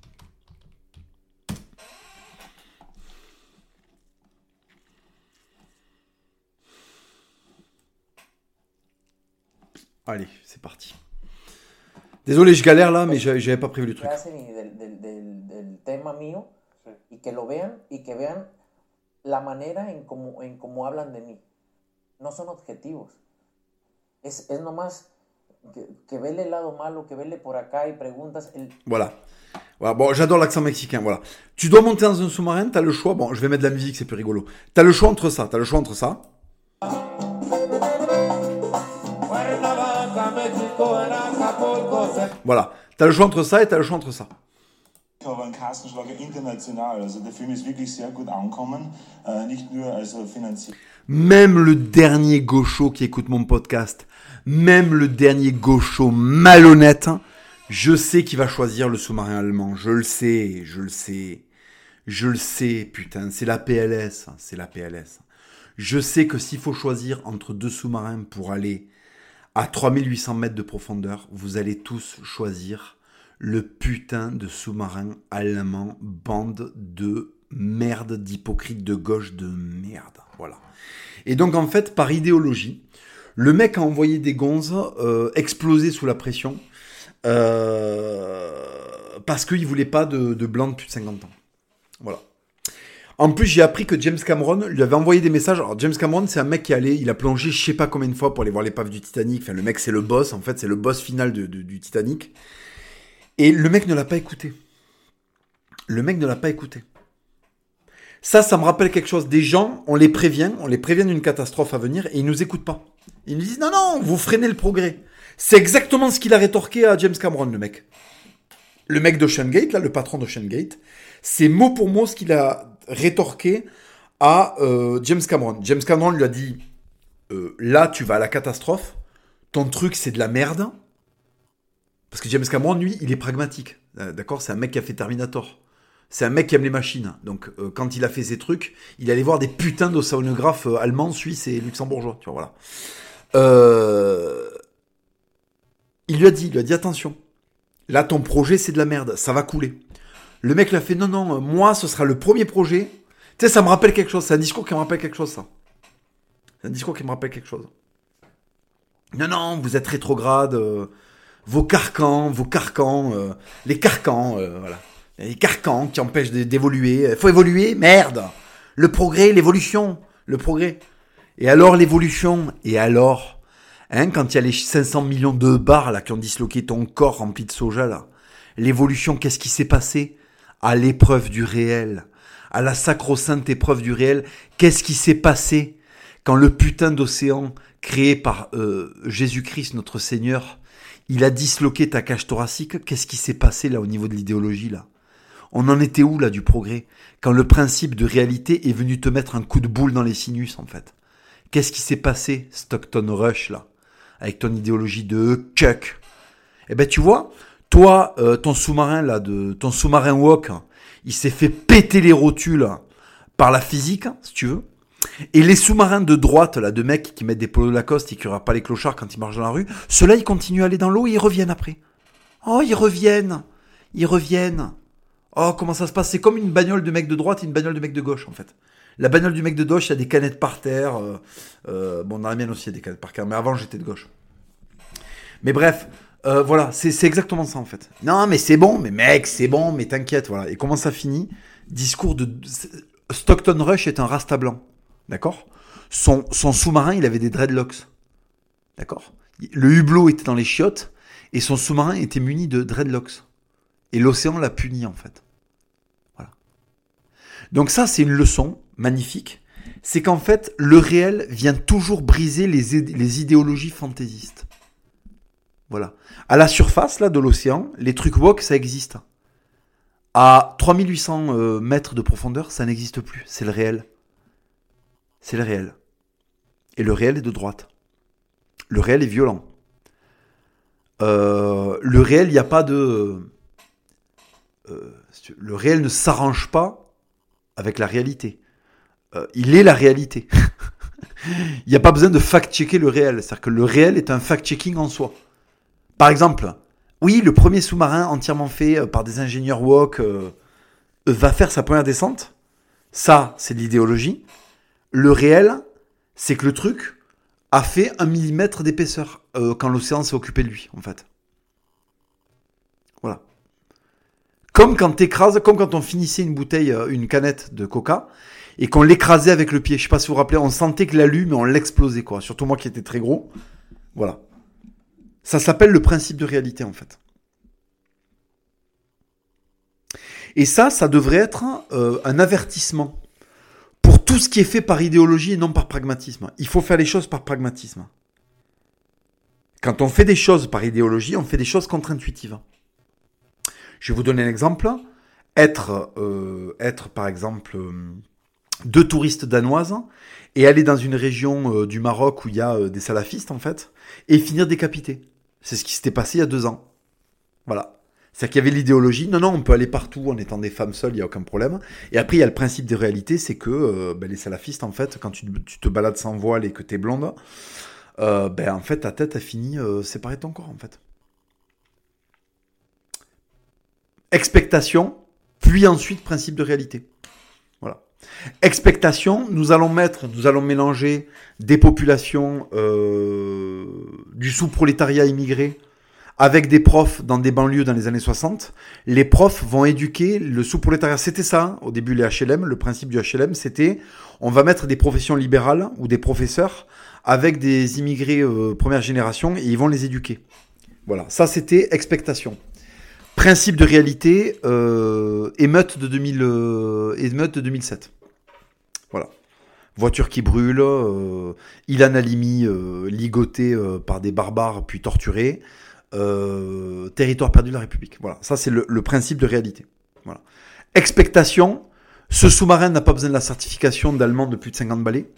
Allez, c'est parti. Désolé, je galère là, mais j'avais, j'avais pas prévu le truc. Del, del, del, del tema mío y que lo vean y que vean la manera en cómo en cómo hablan de mí. No son objetivos. Es, es nomás que, que vele el lado malo, que vele por acá y preguntas. El... Voilà. Voilà. Bon, j'adore l'accent mexicain. Voilà. Tu dois monter dans un sous-marin, t'as le choix. Bon, je vais mettre de la musique, c'est plus rigolo. T'as le choix entre ça. T'as le choix entre ça. Voilà, t'as le choix entre ça et t'as le choix entre ça. Aber ein Kassenschlager international, also der Film ist wirklich sehr gut angekommen, äh, nicht nur also finanziell. Même le dernier gaucho qui écoute mon podcast, même le dernier gaucho malhonnête, je sais qu'il va choisir le sous-marin allemand. Je le sais, je le sais, je le sais, putain, c'est la P L S, c'est la P L S. Je sais que s'il faut choisir entre deux sous-marins pour aller à trois mille huit cents mètres de profondeur, vous allez tous choisir le putain de sous-marin allemand, bande de merde, d'hypocrite de gauche de merde. Voilà. Et donc, en fait, par idéologie, le mec a envoyé des gonzes euh, exploser sous la pression euh, parce qu'il voulait pas de, de blanc de plus de cinquante ans. Voilà. En plus, j'ai appris que James Cameron lui avait envoyé des messages. Alors, James Cameron, c'est un mec qui allait, il a plongé je sais pas combien de fois pour aller voir l'épave du Titanic. Enfin, le mec, c'est le boss, en fait, c'est le boss final de, de, du Titanic. Et le mec ne l'a pas écouté. Le mec ne l'a pas écouté. Ça, ça me rappelle quelque chose. Des gens, on les prévient, on les prévient d'une catastrophe à venir et ils nous écoutent pas. Ils nous disent, non, non, vous freinez le progrès. C'est exactement ce qu'il a rétorqué à James Cameron, le mec. Le mec d'Ocean Gate, là, le patron d'Ocean Gate, c'est mot pour mot ce qu'il a rétorqué à euh, James Cameron. James Cameron lui a dit, euh, là, tu vas à la catastrophe, ton truc, c'est de la merde. Parce que James Cameron, lui, il est pragmatique. Euh, d'accord ? C'est un mec qui a fait Terminator. C'est un mec qui aime les machines. Donc, euh, quand il a fait ses trucs, il allait voir des putains d'océanographes euh, allemands, suisses et luxembourgeois. Tu vois, voilà. Euh... Il lui a dit, il lui a dit, attention. Là, ton projet, c'est de la merde. Ça va couler. Le mec l'a fait, non, non, moi, ce sera le premier projet. Tu sais, ça me rappelle quelque chose. C'est un discours qui me rappelle quelque chose, ça. C'est un discours qui me rappelle quelque chose. Non, non, vous êtes rétrograde. Euh, vos carcans, vos carcans, euh, les carcans, euh, voilà. Les carcans qui empêchent d'évoluer. Il faut évoluer, merde. Le progrès, l'évolution, le progrès. Et alors, l'évolution. Et alors, hein, quand il y a les cinq cents millions de barres là, qui ont disloqué ton corps rempli de soja, là, l'évolution, qu'est-ce qui s'est passé ? À l'épreuve du réel, à la sacro-sainte épreuve du réel, qu'est-ce qui s'est passé quand le putain d'océan créé par euh, Jésus-Christ, notre Seigneur, il a disloqué ta cage thoracique ? Qu'est-ce qui s'est passé là au niveau de l'idéologie là ? On en était où là du progrès ? Quand le principe de réalité est venu te mettre un coup de boule dans les sinus en fait. Qu'est-ce qui s'est passé, Stockton Rush là, avec ton idéologie de cuck ? Eh ben tu vois, toi, euh, ton sous-marin là, de ton sous-marin Wok, il s'est fait péter les rotules par la physique, si tu veux. Et les sous-marins de droite là, de mecs qui mettent des polos Lacoste et qui n'auront pas les clochards quand ils marchent dans la rue, ceux-là ils continuent à aller dans l'eau et ils reviennent après. Oh, ils reviennent, ils reviennent. Oh, comment ça se passe ? C'est comme une bagnole de mec de droite et une bagnole de mec de gauche, en fait. La bagnole du mec de gauche, il y a des canettes par terre. Euh, euh, bon, dans la mienne aussi, il y a des canettes par terre. Mais avant, j'étais de gauche. Mais bref, euh, voilà, c'est, c'est exactement ça, en fait. Non, mais c'est bon, mais mec, c'est bon, mais t'inquiète, voilà. Et comment ça finit ? Discours de... Stockton Rush est un rasta blanc, d'accord ? Son, son sous-marin, il avait des dreadlocks, d'accord ? Le hublot était dans les chiottes et son sous-marin était muni de dreadlocks. Et l'océan l'a puni, en fait. Voilà. Donc ça, c'est une leçon magnifique. C'est qu'en fait, le réel vient toujours briser les, les idéologies fantaisistes. Voilà. À la surface, là, de l'océan, les trucs woke, ça existe. À trois mille huit cents euh, mètres de profondeur, ça n'existe plus. C'est le réel. C'est le réel. Et le réel est de droite. Le réel est violent. Euh, le réel, il n'y a pas de... Euh, le réel ne s'arrange pas avec la réalité. Euh, il est la réalité. Il n'y a pas besoin de fact-checker le réel. C'est-à-dire que le réel est un fact-checking en soi. Par exemple, oui, le premier sous-marin entièrement fait par des ingénieurs woke euh, va faire sa première descente. Ça, c'est de l'idéologie. Le réel, c'est que le truc a fait un millimètre d'épaisseur euh, quand l'océan s'est occupé de lui, en fait. Voilà. Comme quand t'écrases, comme quand on finissait une bouteille, une canette de coca, et qu'on l'écrasait avec le pied. Je sais pas si vous vous rappelez, on sentait que l'alu, mais on l'explosait, quoi. Surtout moi qui étais très gros. Voilà. Ça s'appelle le principe de réalité, en fait. Et ça, ça devrait être euh, un avertissement pour tout ce qui est fait par idéologie et non par pragmatisme. Il faut faire les choses par pragmatisme. Quand on fait des choses par idéologie, on fait des choses contre-intuitives. Je vais vous donner un exemple. Être, euh, être par exemple, euh, deux touristes danoises et aller dans une région euh, du Maroc où il y a euh, des salafistes, en fait, et finir décapité. C'est ce qui s'était passé il y a deux ans. Voilà. C'est-à-dire qu'il y avait l'idéologie. Non, non, on peut aller partout en étant des femmes seules, il n'y a aucun problème. Et après, il y a le principe de réalité, c'est que euh, ben, les salafistes, en fait, quand tu, tu te balades sans voile et que t'es blonde, euh, ben, en fait, ta tête a fini euh, séparée de ton corps, en fait. Expectation, puis ensuite principe de réalité. Voilà. Expectation, nous allons mettre, nous allons mélanger des populations euh, du sous-prolétariat immigré avec des profs dans des banlieues dans les années soixante. Les profs vont éduquer le sous-prolétariat. C'était ça, hein, au début, les H L M. Le principe du H L M, c'était on va mettre des professions libérales ou des professeurs avec des immigrés euh, première génération et ils vont les éduquer. Voilà, ça c'était expectation. Principe de réalité, euh, émeute de deux mille, euh, émeute de deux mille sept. Voilà. Voiture qui brûle, euh, Ilan Halimi euh, ligoté euh, par des barbares puis torturé, euh, territoire perdu de la République. Voilà, ça c'est le, le principe de réalité. Voilà. Expectation, ce sous-marin n'a pas besoin de la certification d'allemand de plus de cinquante balais.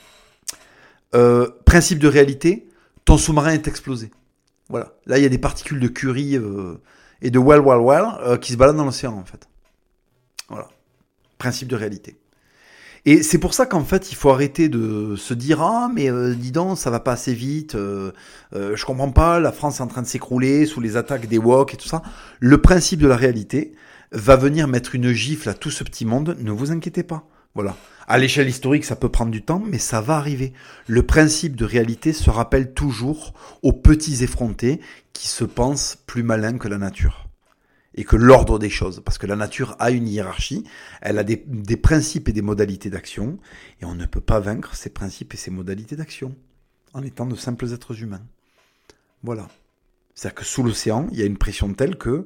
Euh, principe de réalité, ton sous-marin est explosé. Voilà, là il y a des particules de Curie euh, et de well, well, well euh, qui se baladent dans l'océan en fait. Voilà, principe de réalité. Et c'est pour ça qu'en fait, il faut arrêter de se dire « Ah, mais euh, dis donc, ça va pas assez vite, euh, euh, je comprends pas, la France est en train de s'écrouler sous les attaques des woke et tout ça. » Le principe de la réalité va venir mettre une gifle à tout ce petit monde, ne vous inquiétez pas. Voilà. À l'échelle historique, ça peut prendre du temps, mais ça va arriver. Le principe de réalité se rappelle toujours aux petits effrontés qui se pensent plus malins que la nature. Et que l'ordre des choses, parce que la nature a une hiérarchie, elle a des, des principes et des modalités d'action, et on ne peut pas vaincre ces principes et ces modalités d'action en étant de simples êtres humains. Voilà. C'est-à-dire que sous l'océan, il y a une pression telle que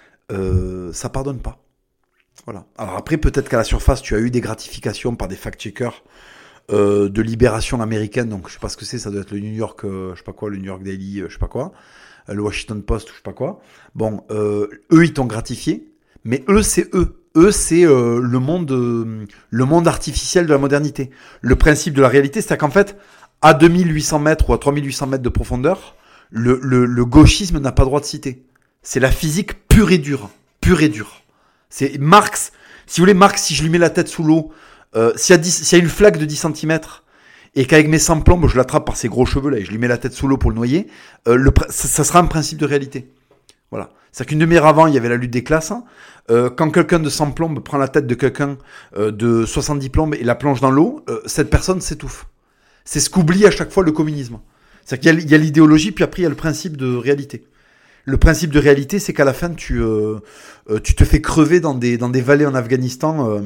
euh, ça pardonne pas. Voilà. Alors après, peut-être qu'à la surface, tu as eu des gratifications par des fact-checkers euh, de libération américaine, donc je sais pas ce que c'est, ça doit être le New York, euh, je sais pas quoi, le New York Daily, euh, je sais pas quoi, le Washington Post ou je sais pas quoi. Bon, euh, eux ils t'ont gratifié, mais eux c'est eux. Eux c'est euh, le monde, euh, le monde artificiel de la modernité. Le principe de la réalité, c'est qu'en fait, à deux mille huit cents mètres ou à trois mille huit cents mètres de profondeur, le, le, le gauchisme n'a pas droit de citer. C'est la physique pure et dure, pure et dure. C'est Marx. Si vous voulez, Marx, si je lui mets la tête sous l'eau, euh, s'il y a dix, s'il y a une flaque de dix centimètres. Et qu'avec mes cent plombes, je l'attrape par ses gros cheveux là et je lui mets la tête sous l'eau pour le noyer, euh, le, ça, ça sera un principe de réalité. Voilà. C'est-à-dire qu'une demi-heure avant, il y avait la lutte des classes. Hein. Euh, quand quelqu'un de cent plombes prend la tête de quelqu'un euh, de soixante-dix plombes et la plonge dans l'eau, euh, cette personne s'étouffe. C'est ce qu'oublie à chaque fois le communisme. C'est-à-dire qu'il y a, il y a l'idéologie, puis après il y a le principe de réalité. Le principe de réalité, c'est qu'à la fin, tu, euh, euh, tu te fais crever dans des, dans des vallées en Afghanistan. Euh,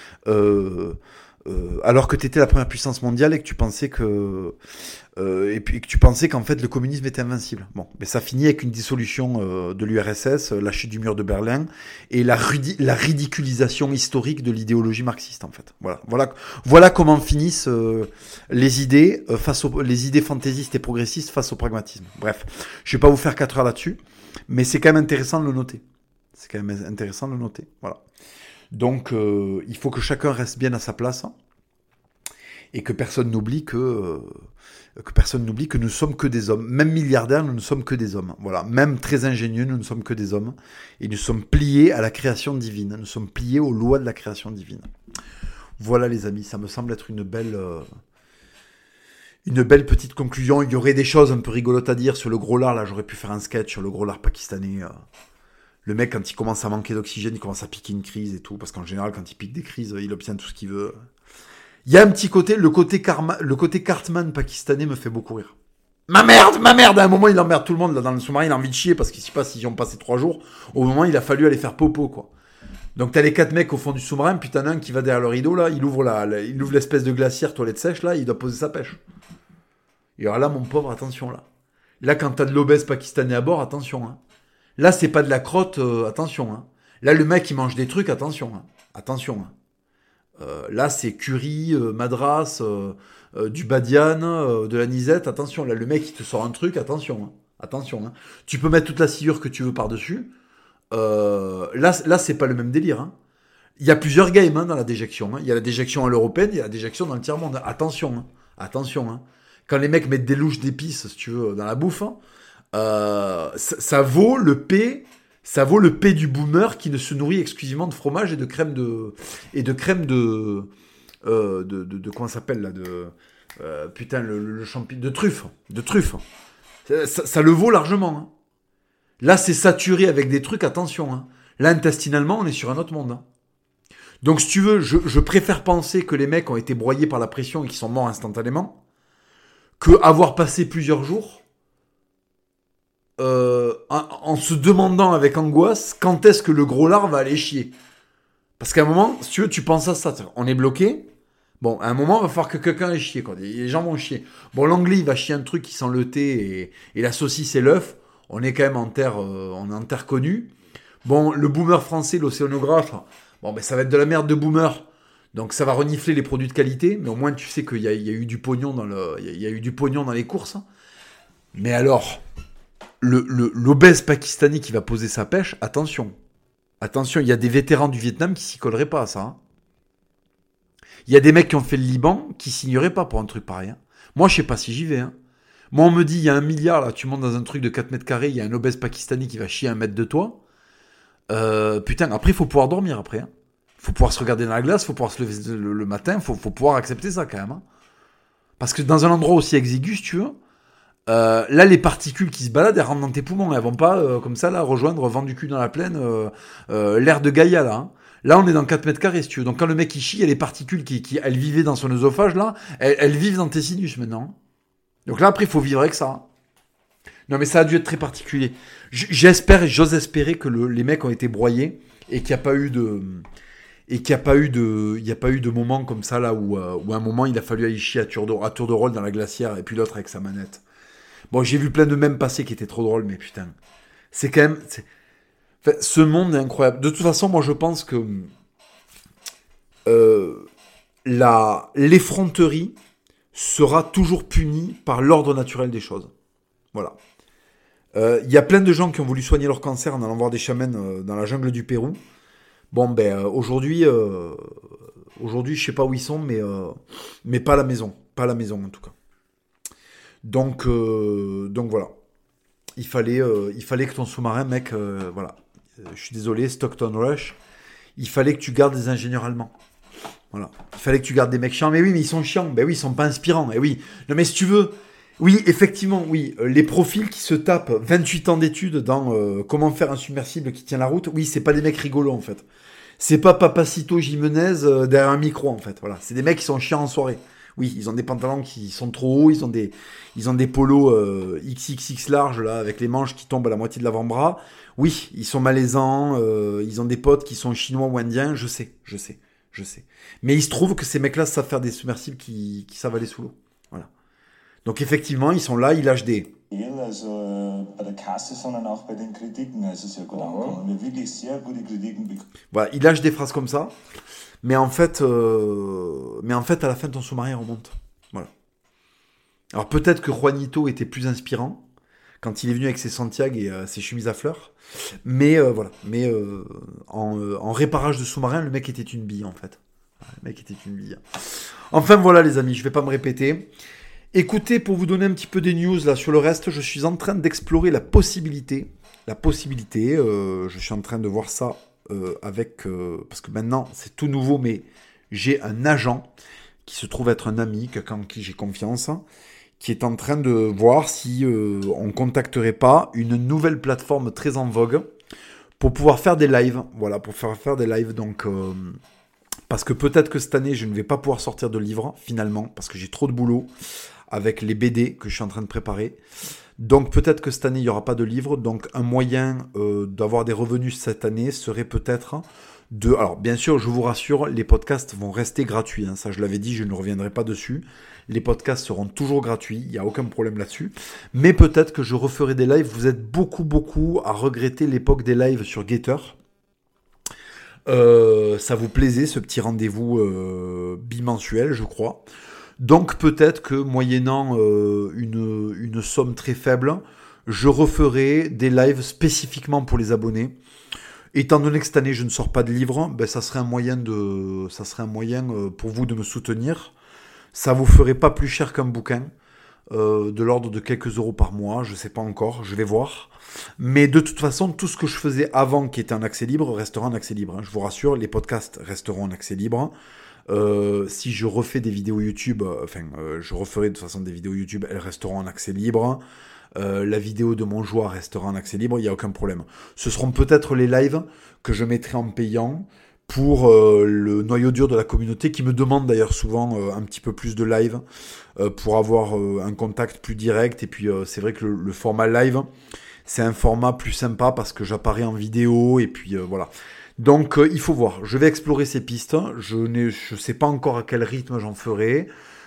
euh, Euh, alors que tu étais la première puissance mondiale et que tu pensais que euh, et puis que tu pensais qu'en fait le communisme était invincible. Bon, mais ça finit avec une dissolution euh, de l'U R S S, la chute du mur de Berlin et la, rudi- la ridiculisation historique de l'idéologie marxiste en fait. Voilà, voilà, voilà comment finissent euh, les idées euh, face aux les idées fantaisistes et progressistes face au pragmatisme. Bref, je vais pas vous faire quatre heures là-dessus, mais c'est quand même intéressant de le noter. C'est quand même intéressant de le noter. Voilà. Donc, euh, il faut que chacun reste bien à sa place hein, et que personne n'oublie que, euh, que personne n'oublie que nous sommes que des hommes. Même milliardaires, nous ne sommes que des hommes. Voilà. Même très ingénieux, nous ne sommes que des hommes. Et nous sommes pliés à la création divine. Nous sommes pliés aux lois de la création divine. Voilà, les amis. Ça me semble être une belle, euh, une belle petite conclusion. Il y aurait des choses un peu rigolotes à dire sur le gros lard. Là, j'aurais pu faire un sketch sur le gros lard pakistanais. Euh. Le mec, quand il commence à manquer d'oxygène, il commence à piquer une crise et tout, parce qu'en général, quand il pique des crises, il obtient tout ce qu'il veut. Il y a un petit côté, le côté karma, le côté Cartman pakistanais me fait beaucoup rire. Ma merde, ma merde! À un moment, il emmerde tout le monde, là, dans le sous-marin, il a envie de chier, parce qu'il ne sait pas s'ils ont passé trois jours. Au moment, il a fallu aller faire popo, quoi. Donc, t'as les quatre mecs au fond du sous-marin, puis t'en as un qui va derrière le rideau, là, il ouvre la, la il ouvre l'espèce de glacière toilette sèche, là, il doit poser sa pêche. Et alors là, mon pauvre, attention, là. Là, quand t'as de l'obèse pakistanais à bord, attention, hein. Là, c'est pas de la crotte, euh, attention. Hein. Là, le mec, il mange des trucs, attention. Hein. Attention. Hein. Euh, là, c'est curry, euh, madras, euh, euh, du badiane, euh, de la nisette, attention. Là, le mec, il te sort un truc, attention. Hein. Attention. Hein. Tu peux mettre toute la sciure que tu veux par-dessus. Euh, là, là, c'est pas le même délire. Hein. Il y a plusieurs games hein, dans la déjection. Hein. Il y a la déjection à l'européenne, il y a la déjection dans le tiers-monde. Attention. Hein. Attention. Hein. Quand les mecs mettent des louches d'épices, si tu veux, dans la bouffe... Hein, Euh, ça, ça vaut le P, ça vaut le P du boomer qui ne se nourrit exclusivement de fromage et de crème de et de crème de euh, de, de, de comment ça s'appelle là de euh, putain le, le, le champignon de truffe, de truffe. Ça, ça, ça le vaut largement. Hein. Là, c'est saturé avec des trucs. Attention. Hein. Là, intestinalement, on est sur un autre monde. Hein. Donc, si tu veux, je, je préfère penser que les mecs ont été broyés par la pression et qu'ils sont morts instantanément, que avoir passé plusieurs jours euh, en, en se demandant avec angoisse quand est-ce que le gros lard va aller chier. Parce qu'à un moment, si tu veux, tu penses à ça. On est bloqué. Bon, à un moment, il va falloir que quelqu'un aille chier, quoi. Les gens vont chier. Bon, l'anglais, il va chier un truc qui sent le thé et, et la saucisse et l'œuf. On est quand même en terre, euh, on est en terre connue. Bon, le boomer français, l'océanographe, bon, ben, ça va être de la merde de boomer. Donc, ça va renifler les produits de qualité. Mais au moins, tu sais qu'il y a, il y a eu du pognon dans le, il y a eu du pognon dans les courses. Mais alors, le, le, l'obèse pakistani qui va poser sa pêche, attention. Attention, il y a des vétérans du Vietnam qui s'y colleraient pas à ça. Hein. Il y a des mecs qui ont fait le Liban qui signeraient pas pour un truc pareil. Hein. Moi, je sais pas si j'y vais. Hein. Moi, on me dit, il y a un milliard, là, tu montes dans un truc de quatre mètres carrés, il y a un obèse pakistani qui va chier un mètre de toi. Euh, putain, après, il faut pouvoir dormir après. Il hein. faut pouvoir se regarder dans la glace, il faut pouvoir se lever le, le matin, il faut, faut pouvoir accepter ça quand même. Hein. Parce que dans un endroit aussi exigu, si tu veux, euh, là, les particules qui se baladent, elles rentrent dans tes poumons. Elles vent pas, euh, comme ça, là, rejoindre, vent du cul dans la plaine, euh, euh, l'air de Gaïa, là. Hein. Là, on est dans quatre mètres carrés, si tu veux. Donc, quand le mec, il chie, il y a les particules qui, qui elles vivaient dans son œsophage, là, elles, elles vivent dans tes sinus, maintenant. Donc là, après, il faut vivre avec ça. Non, mais ça a dû être très particulier. J'espère et j'ose espérer que le, les mecs ont été broyés et qu'il n'y a pas eu de... Et qu'il n'y a pas eu de... Il n'y a pas eu de moment comme ça, là, où, euh, où à un moment, il a fallu aller chier à tour de, à tour de rôle dans la glacière et puis l'autre avec sa manette. Bon, j'ai vu plein de mèmes passer qui étaient trop drôles, mais putain. C'est quand même... C'est... Enfin, ce monde est incroyable. De toute façon, moi, je pense que euh, la, l'effronterie sera toujours punie par l'ordre naturel des choses. Voilà. Il euh, y a plein de gens qui ont voulu soigner leur cancer en allant voir des chamans euh, dans la jungle du Pérou. Bon, ben, euh, aujourd'hui, euh, aujourd'hui, je sais pas où ils sont, mais, euh, mais pas à la maison. Pas à la maison, en tout cas. Donc, euh, donc voilà. Il fallait, euh, il fallait que ton sous-marin, mec, euh, voilà. Je suis désolé, Stockton Rush, il fallait que tu gardes des ingénieurs allemands. Voilà. Il fallait que tu gardes des mecs chiants. Mais oui, mais ils sont chiants. Ben oui, ils sont pas inspirants. Mais oui. Non, mais si tu veux, oui, effectivement, oui. Les profils qui se tapent vingt-huit ans d'études dans euh, comment faire un submersible qui tient la route, oui, c'est pas des mecs rigolos, en fait. C'est pas Papacito Jimenez euh, derrière un micro, en fait. Voilà. C'est des mecs qui sont chiants en soirée. Oui, ils ont des pantalons qui sont trop hauts, ils ont des, ils ont des polos euh, X X X larges, là, avec les manches qui tombent à la moitié de l'avant-bras. Oui, ils sont malaisants, euh, ils ont des potes qui sont chinois ou indiens, je sais, je sais, je sais. Mais il se trouve que ces mecs-là savent faire des submersibles qui, qui savent aller sous l'eau. Voilà. Donc effectivement, ils sont là, ils lâchent des... Voilà, ils lâchent des phrases comme ça. Mais en fait, euh, mais en fait, à la fin, ton sous-marin remonte. Voilà. Alors peut-être que Juanito était plus inspirant quand il est venu avec ses Santiago et euh, ses chemises à fleurs. Mais euh, voilà. Mais euh, en, euh, en réparage de sous-marin, le mec était une bille en fait. Le mec était une bille. Enfin voilà les amis, je vais pas me répéter. Écoutez, pour vous donner un petit peu des news là sur le reste, je suis en train d'explorer la possibilité, la possibilité. Euh, je suis en train de voir ça. Euh, avec euh, parce que maintenant c'est tout nouveau, mais j'ai un agent qui se trouve être un ami en qui j'ai confiance, qui est en train de voir si euh, on contacterait pas une nouvelle plateforme très en vogue pour pouvoir faire des lives, voilà, pour faire faire des lives. Donc euh, parce que peut-être que cette année je ne vais pas pouvoir sortir de livres finalement parce que j'ai trop de boulot avec les B D que je suis en train de préparer. Donc peut-être que cette année, il n'y aura pas de livre. Donc un moyen euh, d'avoir des revenus cette année serait peut-être de... Alors bien sûr, je vous rassure, les podcasts vont rester gratuits. Hein. Ça, je l'avais dit, je ne reviendrai pas dessus. Les podcasts seront toujours gratuits. Il n'y a aucun problème là-dessus. Mais peut-être que je referai des lives. Vous êtes beaucoup, beaucoup à regretter l'époque des lives sur Gator. Euh, ça vous plaisait, ce petit rendez-vous euh, bimensuel, je crois. Donc peut-être que moyennant euh, une, une somme très faible, je referai des lives spécifiquement pour les abonnés. Étant donné que cette année je ne sors pas de livre, ben ça serait un moyen de, ça serait un moyen euh, pour vous de me soutenir. Ça vous ferait pas plus cher qu'un bouquin, euh, de l'ordre de quelques euros par mois, je sais pas encore, je vais voir. Mais de toute façon, tout ce que je faisais avant qui était en accès libre restera en accès libre. Hein. Je vous rassure, les podcasts resteront en accès libre. Euh, si je refais des vidéos YouTube, euh, enfin, euh, je referai de toute façon des vidéos YouTube, elles resteront en accès libre. Euh, la vidéo de mon joueur restera en accès libre, il n'y a aucun problème. Ce seront peut-être les lives que je mettrai en payant pour euh, le noyau dur de la communauté qui me demande d'ailleurs souvent euh, un petit peu plus de live euh, pour avoir euh, un contact plus direct. Et puis euh, c'est vrai que le, le format live, c'est un format plus sympa parce que j'apparais en vidéo et puis euh, voilà. Donc euh, il faut voir, je vais explorer ces pistes, je ne je sais pas encore à quel rythme j'en ferai,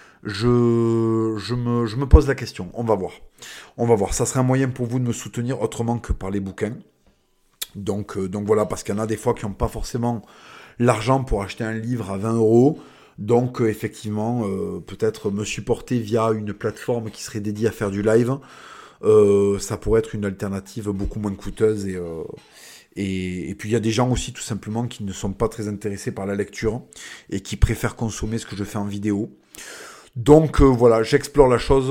je, je, me, je me pose la question, on va voir. On va voir, ça serait un moyen pour vous de me soutenir autrement que par les bouquins. Donc, euh, donc voilà, parce qu'il y en a des fois qui n'ont pas forcément l'argent pour acheter un livre à vingt euros. Donc euh, effectivement, euh, peut-être me supporter via une plateforme qui serait dédiée à faire du live, euh, ça pourrait être une alternative beaucoup moins coûteuse et... Euh, Et, et puis il y a des gens aussi tout simplement qui ne sont pas très intéressés par la lecture et qui préfèrent consommer ce que je fais en vidéo. Donc euh, voilà, j'explore la chose,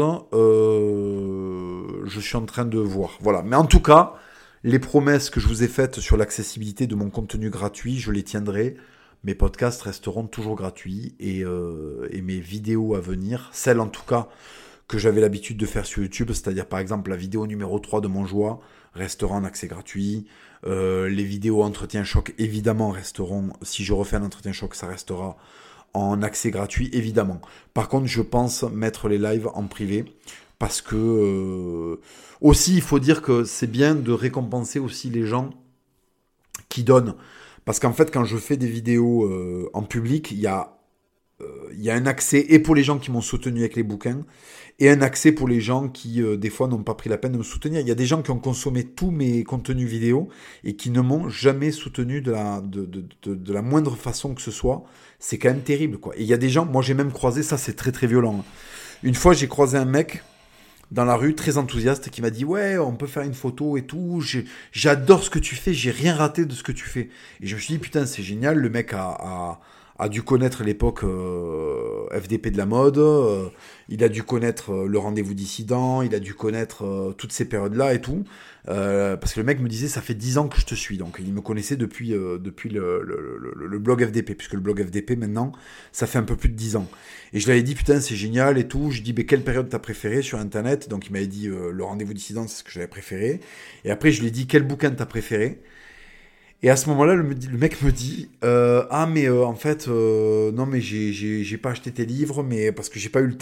euh, je suis en train de voir. Voilà. Mais en tout cas, les promesses que je vous ai faites sur l'accessibilité de mon contenu gratuit, je les tiendrai. Mes podcasts resteront toujours gratuits et, euh, et mes vidéos à venir, celles en tout cas que j'avais l'habitude de faire sur YouTube, c'est-à-dire par exemple la vidéo numéro trois de mon joie, restera en accès gratuit. Euh, les vidéos entretien choc, évidemment, resteront, si je refais un entretien choc, ça restera en accès gratuit, évidemment. Par contre, je pense mettre les lives en privé, parce que, euh, aussi, il faut dire que c'est bien de récompenser aussi les gens qui donnent. Parce qu'en fait, quand je fais des vidéos euh, en public, il y a Euh, il y a un accès et pour les gens qui m'ont soutenu avec les bouquins et un accès pour les gens qui euh, des fois n'ont pas pris la peine de me soutenir. Il y a des gens qui ont consommé tous mes contenus vidéo et qui ne m'ont jamais soutenu de la, de, de, de, de la moindre façon que ce soit. C'est quand même terrible, quoi. Et il y a des gens, moi j'ai même croisé, ça c'est très très violent. Une fois j'ai croisé un mec dans la rue, très enthousiaste, qui m'a dit « Ouais, on peut faire une photo et tout, j'ai, j'adore ce que tu fais, j'ai rien raté de ce que tu fais. » Et je me suis dit « Putain, c'est génial, le mec a... a a dû connaître l'époque euh, F D P de la mode, euh, il a dû connaître euh, le rendez-vous dissident, il a dû connaître euh, toutes ces périodes-là et tout, euh, parce que le mec me disait, ça fait dix ans que je te suis, donc il me connaissait depuis, euh, depuis le, le, le, le blog F D P, puisque le blog F D P, maintenant, ça fait un peu plus de dix ans. Et je lui avais dit, putain, c'est génial et tout, je lui ai dit, mais quelle période t'as préférée sur Internet? Donc il m'avait dit, euh, le rendez-vous dissident, c'est ce que j'avais préféré, et après je lui ai dit, quel bouquin t'as préféré? Et à ce moment-là, le, le mec me dit euh, « Ah, mais euh, en fait, euh, non, mais j'ai, j'ai, j'ai pas acheté tes livres, mais parce que j'ai pas eu le temps. »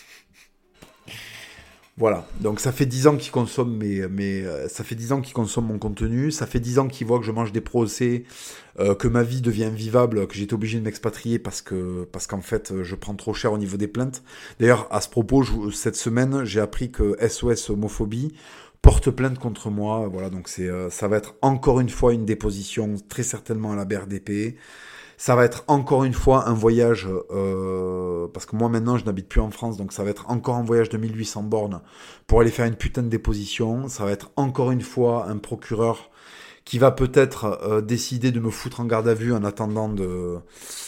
Voilà, donc ça fait dix ans qu'il consomme mes, mes, euh, ça fait dix ans qu'il consomme mon contenu, ça fait dix ans qu'il voit que je mange des procès, euh, que ma vie devient invivable, que j'étais obligé de m'expatrier parce que parce qu'en fait je prends trop cher au niveau des plaintes. D'ailleurs, à ce propos, je, cette semaine, j'ai appris que S O S Homophobie porte plainte contre moi. Voilà, donc c'est, euh, ça va être encore une fois une déposition, très certainement à la B R D P. Ça va être encore une fois un voyage, euh, parce que moi maintenant je n'habite plus en France, donc ça va être encore un voyage de mille huit cents bornes pour aller faire une putain de déposition. Ça va être encore une fois un procureur qui va peut-être euh, décider de me foutre en garde à vue en attendant de...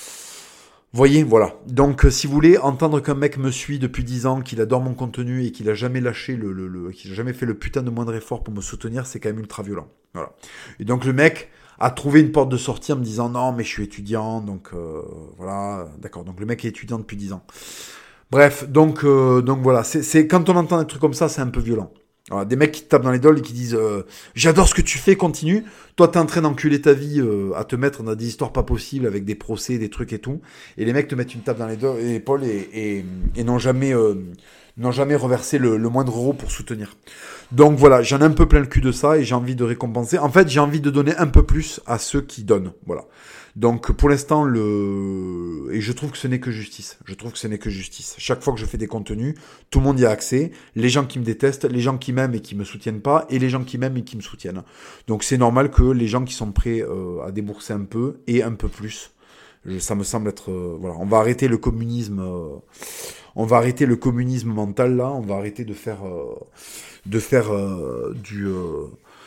Vous voyez, voilà. Donc, euh, si vous voulez entendre qu'un mec me suit depuis dix ans, qu'il adore mon contenu et qu'il a jamais lâché le, le, le qu'il a jamais fait le putain de moindre effort pour me soutenir, c'est quand même ultra violent. Voilà. Et donc le mec a trouvé une porte de sortie en me disant non, mais je suis étudiant, donc euh, voilà, d'accord. Donc le mec est étudiant depuis dix ans. Bref, donc euh, donc voilà, c'est, c'est quand on entend des trucs comme ça, c'est un peu violent. Voilà, des mecs qui te tapent dans les doigts et qui disent euh, j'adore ce que tu fais, continue. Toi t'es en train d'enculer ta vie euh, à te mettre dans des histoires pas possibles avec des procès, des trucs et tout. Et les mecs te mettent une tape dans les doigts et les épaules et, et, et n'ont jamais euh, n'ont jamais reversé le, le moindre euro pour soutenir. Donc voilà, j'en ai un peu plein le cul de ça et j'ai envie de récompenser. En fait, j'ai envie de donner un peu plus à ceux qui donnent. Voilà. Donc pour l'instant, le et je trouve que ce n'est que justice. Je trouve que ce n'est que justice. Chaque fois que je fais des contenus, tout le monde y a accès. Les gens qui me détestent, les gens qui m'aiment et qui me soutiennent pas, et les gens qui m'aiment et qui me soutiennent. Donc c'est normal que les gens qui sont prêts euh, à débourser un peu et un peu plus. Je, ça me semble être euh, voilà. On va arrêter le communisme. Euh, on va arrêter le communisme mental là. On va arrêter de faire euh, de faire euh, du euh,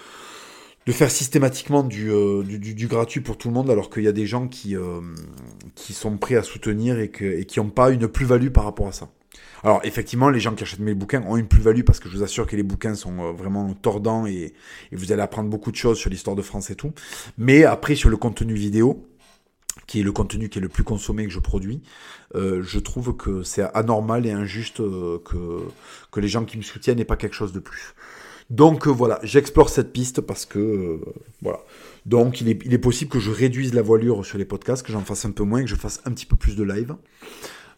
de faire systématiquement du, euh, du, du, du gratuit pour tout le monde, alors qu'il y a des gens qui, euh, qui sont prêts à soutenir et, que, et qui n'ont pas une plus-value par rapport à ça. Alors effectivement, les gens qui achètent mes bouquins ont une plus-value parce que je vous assure que les bouquins sont euh, vraiment tordants et, et vous allez apprendre beaucoup de choses sur l'histoire de France et tout. Mais après, sur le contenu vidéo, qui est le contenu qui est le plus consommé que je produis, euh, je trouve que c'est anormal et injuste euh, que, que les gens qui me soutiennent n'aient pas quelque chose de plus. Donc euh, voilà, j'explore cette piste parce que euh, voilà. Donc il est, il est possible que je réduise la voilure sur les podcasts, que j'en fasse un peu moins, que je fasse un petit peu plus de live.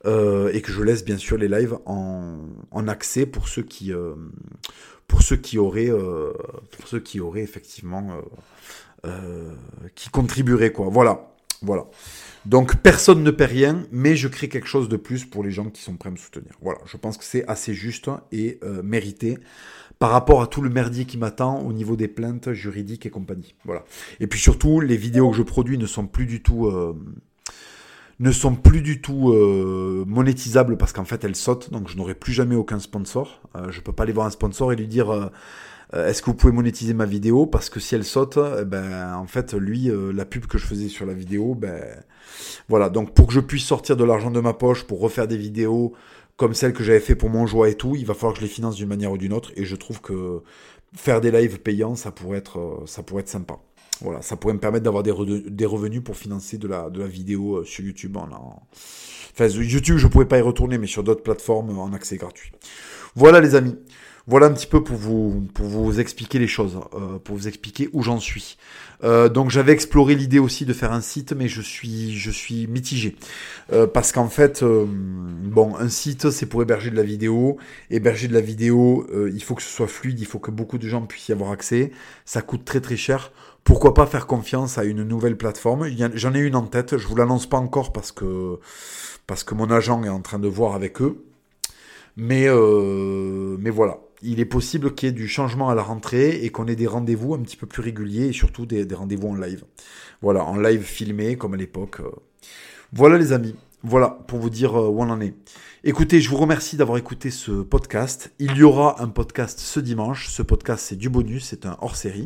euh, et que je laisse bien sûr les lives en, en accès pour ceux qui, euh, pour ceux qui auraient, euh, pour ceux qui auraient effectivement, euh, euh, qui contribueraient quoi. Voilà, voilà. Donc personne ne paie rien, mais je crée quelque chose de plus pour les gens qui sont prêts à me soutenir. Voilà, je pense que c'est assez juste et euh, mérité par rapport à tout le merdier qui m'attend au niveau des plaintes juridiques et compagnie. Voilà. Et puis surtout, les vidéos que je produis ne sont plus du tout, euh, ne sont plus du tout euh, monétisables parce qu'en fait elles sautent, donc je n'aurai plus jamais aucun sponsor. Euh, je peux pas aller voir un sponsor et lui dire euh, est-ce que vous pouvez monétiser ma vidéo, parce que si elle saute, eh ben en fait lui euh, la pub que je faisais sur la vidéo, ben voilà. Donc pour que je puisse sortir de l'argent de ma poche pour refaire des vidéos comme celles que j'avais fait pour mon joie et tout, il va falloir que je les finance d'une manière ou d'une autre, et je trouve que faire des lives payants, ça pourrait être, ça pourrait être sympa. Voilà, ça pourrait me permettre d'avoir des, re- des revenus pour financer de la, de la vidéo sur YouTube. En, en... Enfin, YouTube, je ne pourrais pas y retourner, mais sur d'autres plateformes en accès gratuit. Voilà les amis. Voilà un petit peu pour vous, pour vous expliquer les choses, euh, pour vous expliquer où j'en suis. Euh, donc j'avais exploré l'idée aussi de faire un site, mais je suis, je suis mitigé. Euh, parce qu'en fait, euh, bon, un site, c'est pour héberger de la vidéo. Héberger de la vidéo, euh, il faut que ce soit fluide, il faut que beaucoup de gens puissent y avoir accès. Ça coûte très très cher. Pourquoi pas faire confiance à une nouvelle plateforme ? Il y a, j'en ai une en tête, je vous l'annonce pas encore parce que, parce que mon agent est en train de voir avec eux. Mais, euh, mais voilà. Il est possible qu'il y ait du changement à la rentrée et qu'on ait des rendez-vous un petit peu plus réguliers et surtout des, des rendez-vous en live. Voilà, en live filmé comme à l'époque. Voilà les amis, voilà pour vous dire où on en est. Écoutez, je vous remercie d'avoir écouté ce podcast. Il y aura un podcast ce dimanche. Ce podcast, c'est du bonus, c'est un hors-série.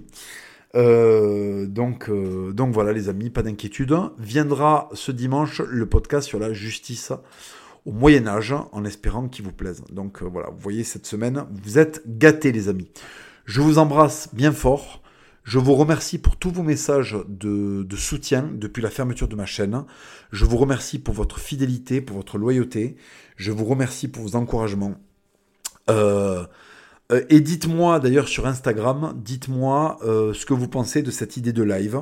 Euh, donc, euh, donc voilà les amis, pas d'inquiétude. Viendra ce dimanche le podcast sur la justice au Moyen-Âge, en espérant qu'il vous plaise. Donc euh, voilà, vous voyez, cette semaine, vous êtes gâtés les amis. Je vous embrasse bien fort. Je vous remercie pour tous vos messages de, de soutien depuis la fermeture de ma chaîne. Je vous remercie pour votre fidélité, pour votre loyauté. Je vous remercie pour vos encouragements. Euh, euh, et dites-moi d'ailleurs sur Instagram, dites-moi euh, ce que vous pensez de cette idée de live.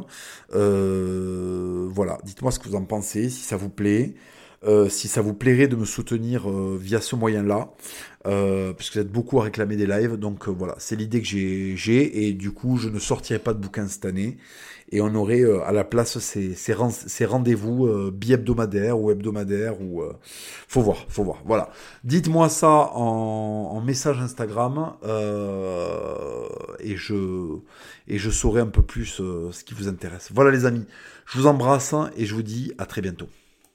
Euh, voilà, dites-moi ce que vous en pensez, si ça vous plaît. Euh, si ça vous plairait de me soutenir euh, via ce moyen-là, euh, parce que vous êtes beaucoup à réclamer des lives, donc euh, voilà, c'est l'idée que j'ai, j'ai, et du coup, je ne sortirai pas de bouquin cette année, et on aurait euh, à la place ces, ces, ren- ces rendez-vous euh, bi-hebdomadaires ou hebdomadaires, ou euh, faut voir, faut voir, voilà. Dites-moi ça en, en message Instagram, euh, et je et je saurai un peu plus euh, ce qui vous intéresse. Voilà les amis, je vous embrasse et je vous dis à très bientôt.